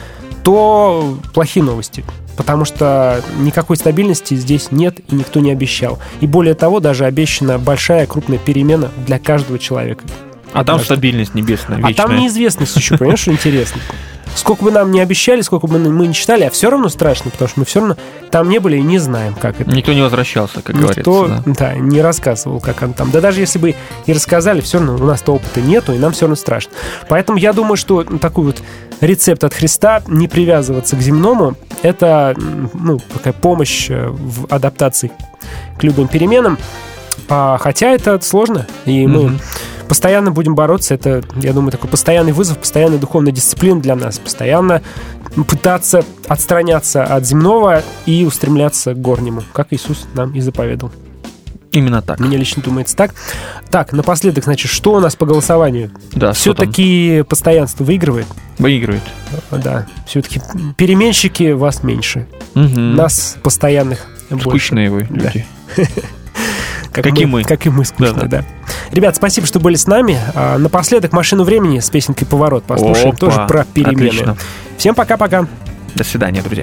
то плохие новости. Потому что никакой стабильности здесь нет и никто не обещал. И более того, даже обещана большая, крупная перемена для каждого человека. А там стабильность небесная, вечная. А там неизвестность еще, понимаешь, что интересно? Сколько бы нам ни обещали, сколько бы мы ни читали, а все равно страшно, потому что мы все равно там не были и не знаем, как это. Никто не возвращался, как говорится. Никто, да, не рассказывал, как он там. Да даже если бы и рассказали, все равно у нас-то опыта нету, и нам все равно страшно. Поэтому я думаю, что такой вот рецепт от Христа — не привязываться к земному — это, ну, такая помощь в адаптации к любым переменам. Хотя это сложно, и мы постоянно будем бороться. Это, я думаю, такой постоянный вызов, постоянная духовная дисциплина для нас. Постоянно пытаться отстраняться от земного и устремляться к горнему, как Иисус нам и заповедал. Именно так. Мне лично думается так. Так, напоследок, значит, что у нас по голосованию? Да, все-таки постоянство выигрывает? Выигрывает. Да, все-таки переменщики вас меньше. Нас постоянных больше. Скучные вы люди. Как и мы скучные, да. Ребят, спасибо, что были с нами. Напоследок «Машину времени» с песенкой «Поворот» послушаем. Тоже про перемены. Отлично. Всем пока-пока. До свидания, друзья.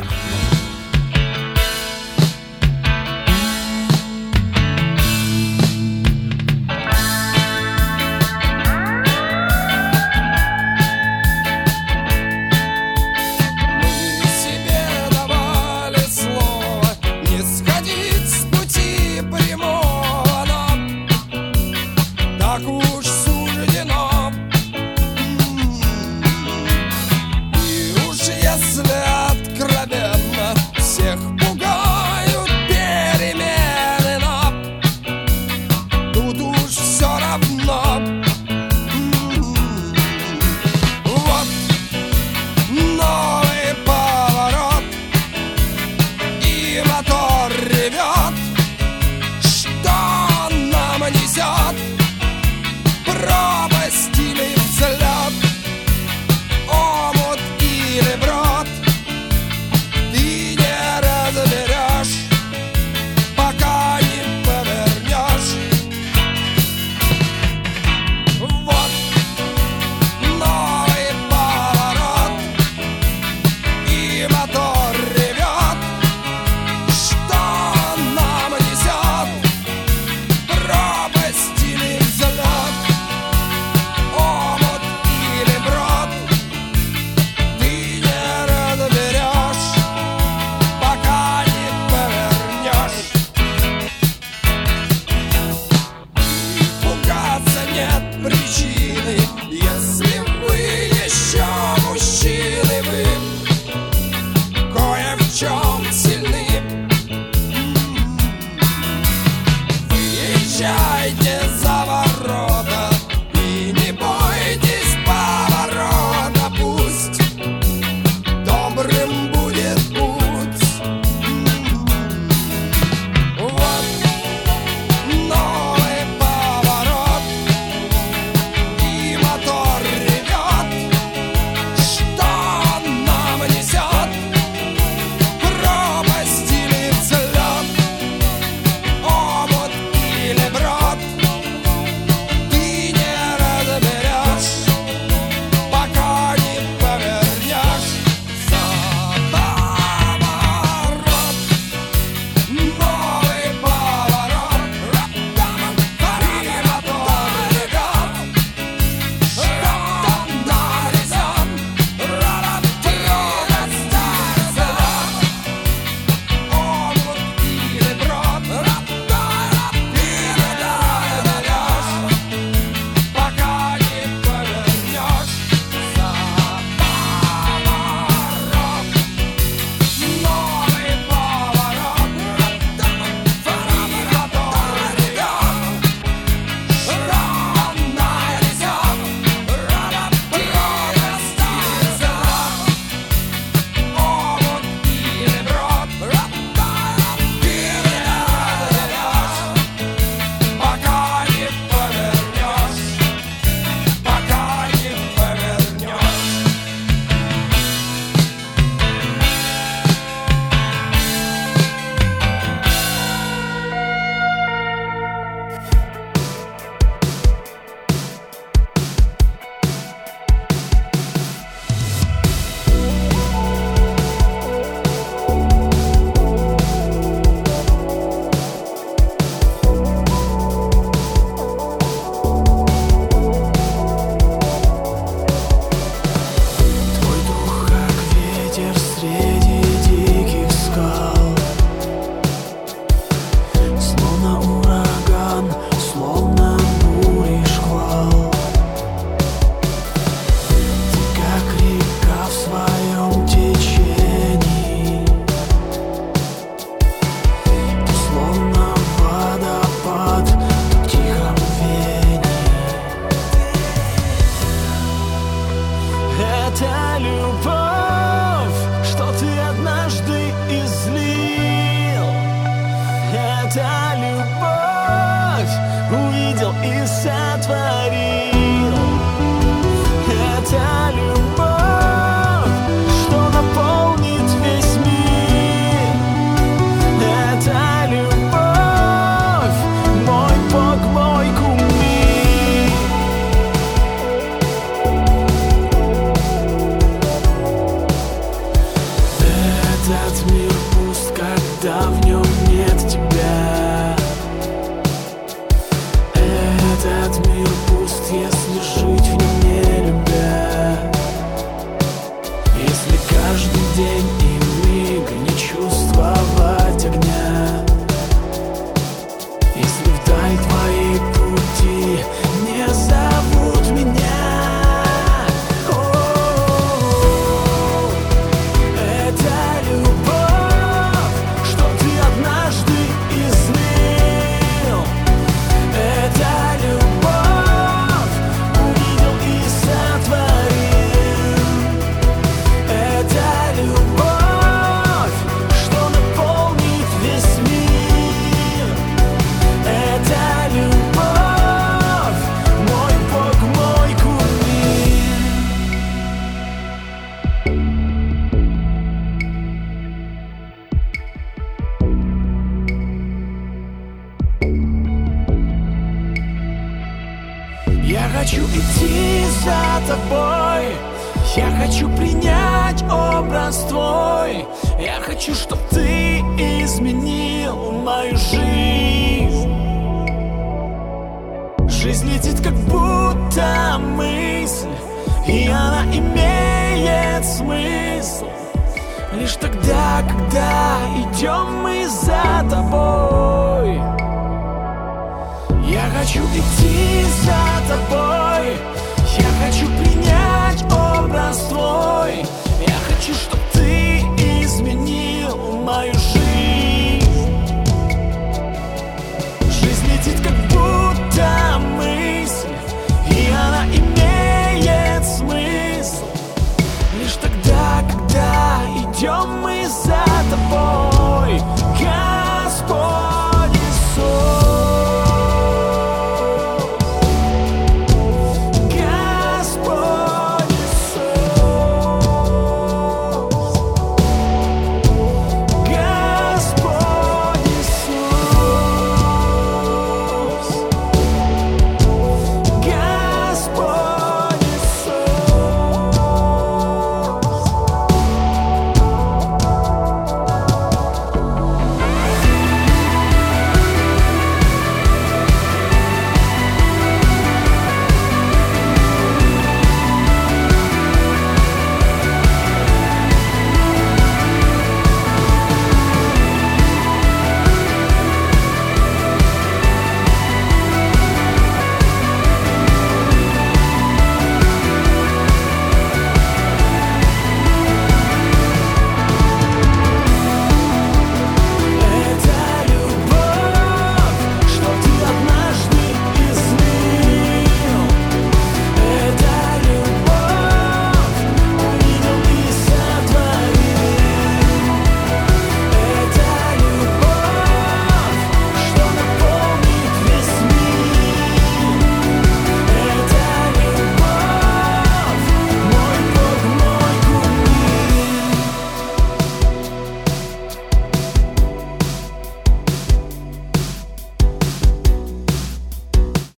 так уж суждено. И уж если откровенно всех пугают перемены, но тут уж все равно. Вот новый поворот, и мотор ревет. Что нам несет? Пропасть или взлет? Омут или брод? Ты не разберешь, пока не повернешь. Вот новый поворот, и мотор ревет. Что нам несет? Пропасть или взлет? Омут или брод? Ты не разберешь, пока не повернешь. Пугаться нет причины, если вы еще мужчины, вы кое в чем сильны. Выезжайте за ворота и не бойтесь поворота. Пусть добрым будет путь. Вот новый поворот, и мотор ревет. Что нам несет? Пропасть или взлет? Омут или брод? Ты не разберешь, пока не повернешь. За поворот, новый поворот, и мотор ревет. Что нам несет? Пропасть или взлет? Омут или брод? Ты не разберешь, пока не повернешь. За поворот, новый поворот, и мотор ревет. Что нам несет? Пропасть или взлет? Омут или брод? Ты не разберешь, пока не повернешь. Пока не повернешь. Твой дух, как ветер среди диких скал, словно ураган, словно бури шквал. Ты как река в своем течении, ты словно водопад в тихом вении. Это любовь, что ты однажды излил. Это любовь, увидел и сотворил. Это любовь, что наполнит весь мир. Это любовь, мой Бог, мой кумир. Этот мир пуст, когда в нем нет тебя. Этот мир пуст, если жить в нем не любя. Если каждый день и миг не чувствовать огня. Если вдаль твои пути не Я хочу идти за тобой, я хочу принять образ твой, я хочу, чтоб ты изменил мою жизнь. Жизнь летит как будто мысль, и она имеет смысл лишь тогда, когда идем мы за тобой. Я хочу идти за тобой, я хочу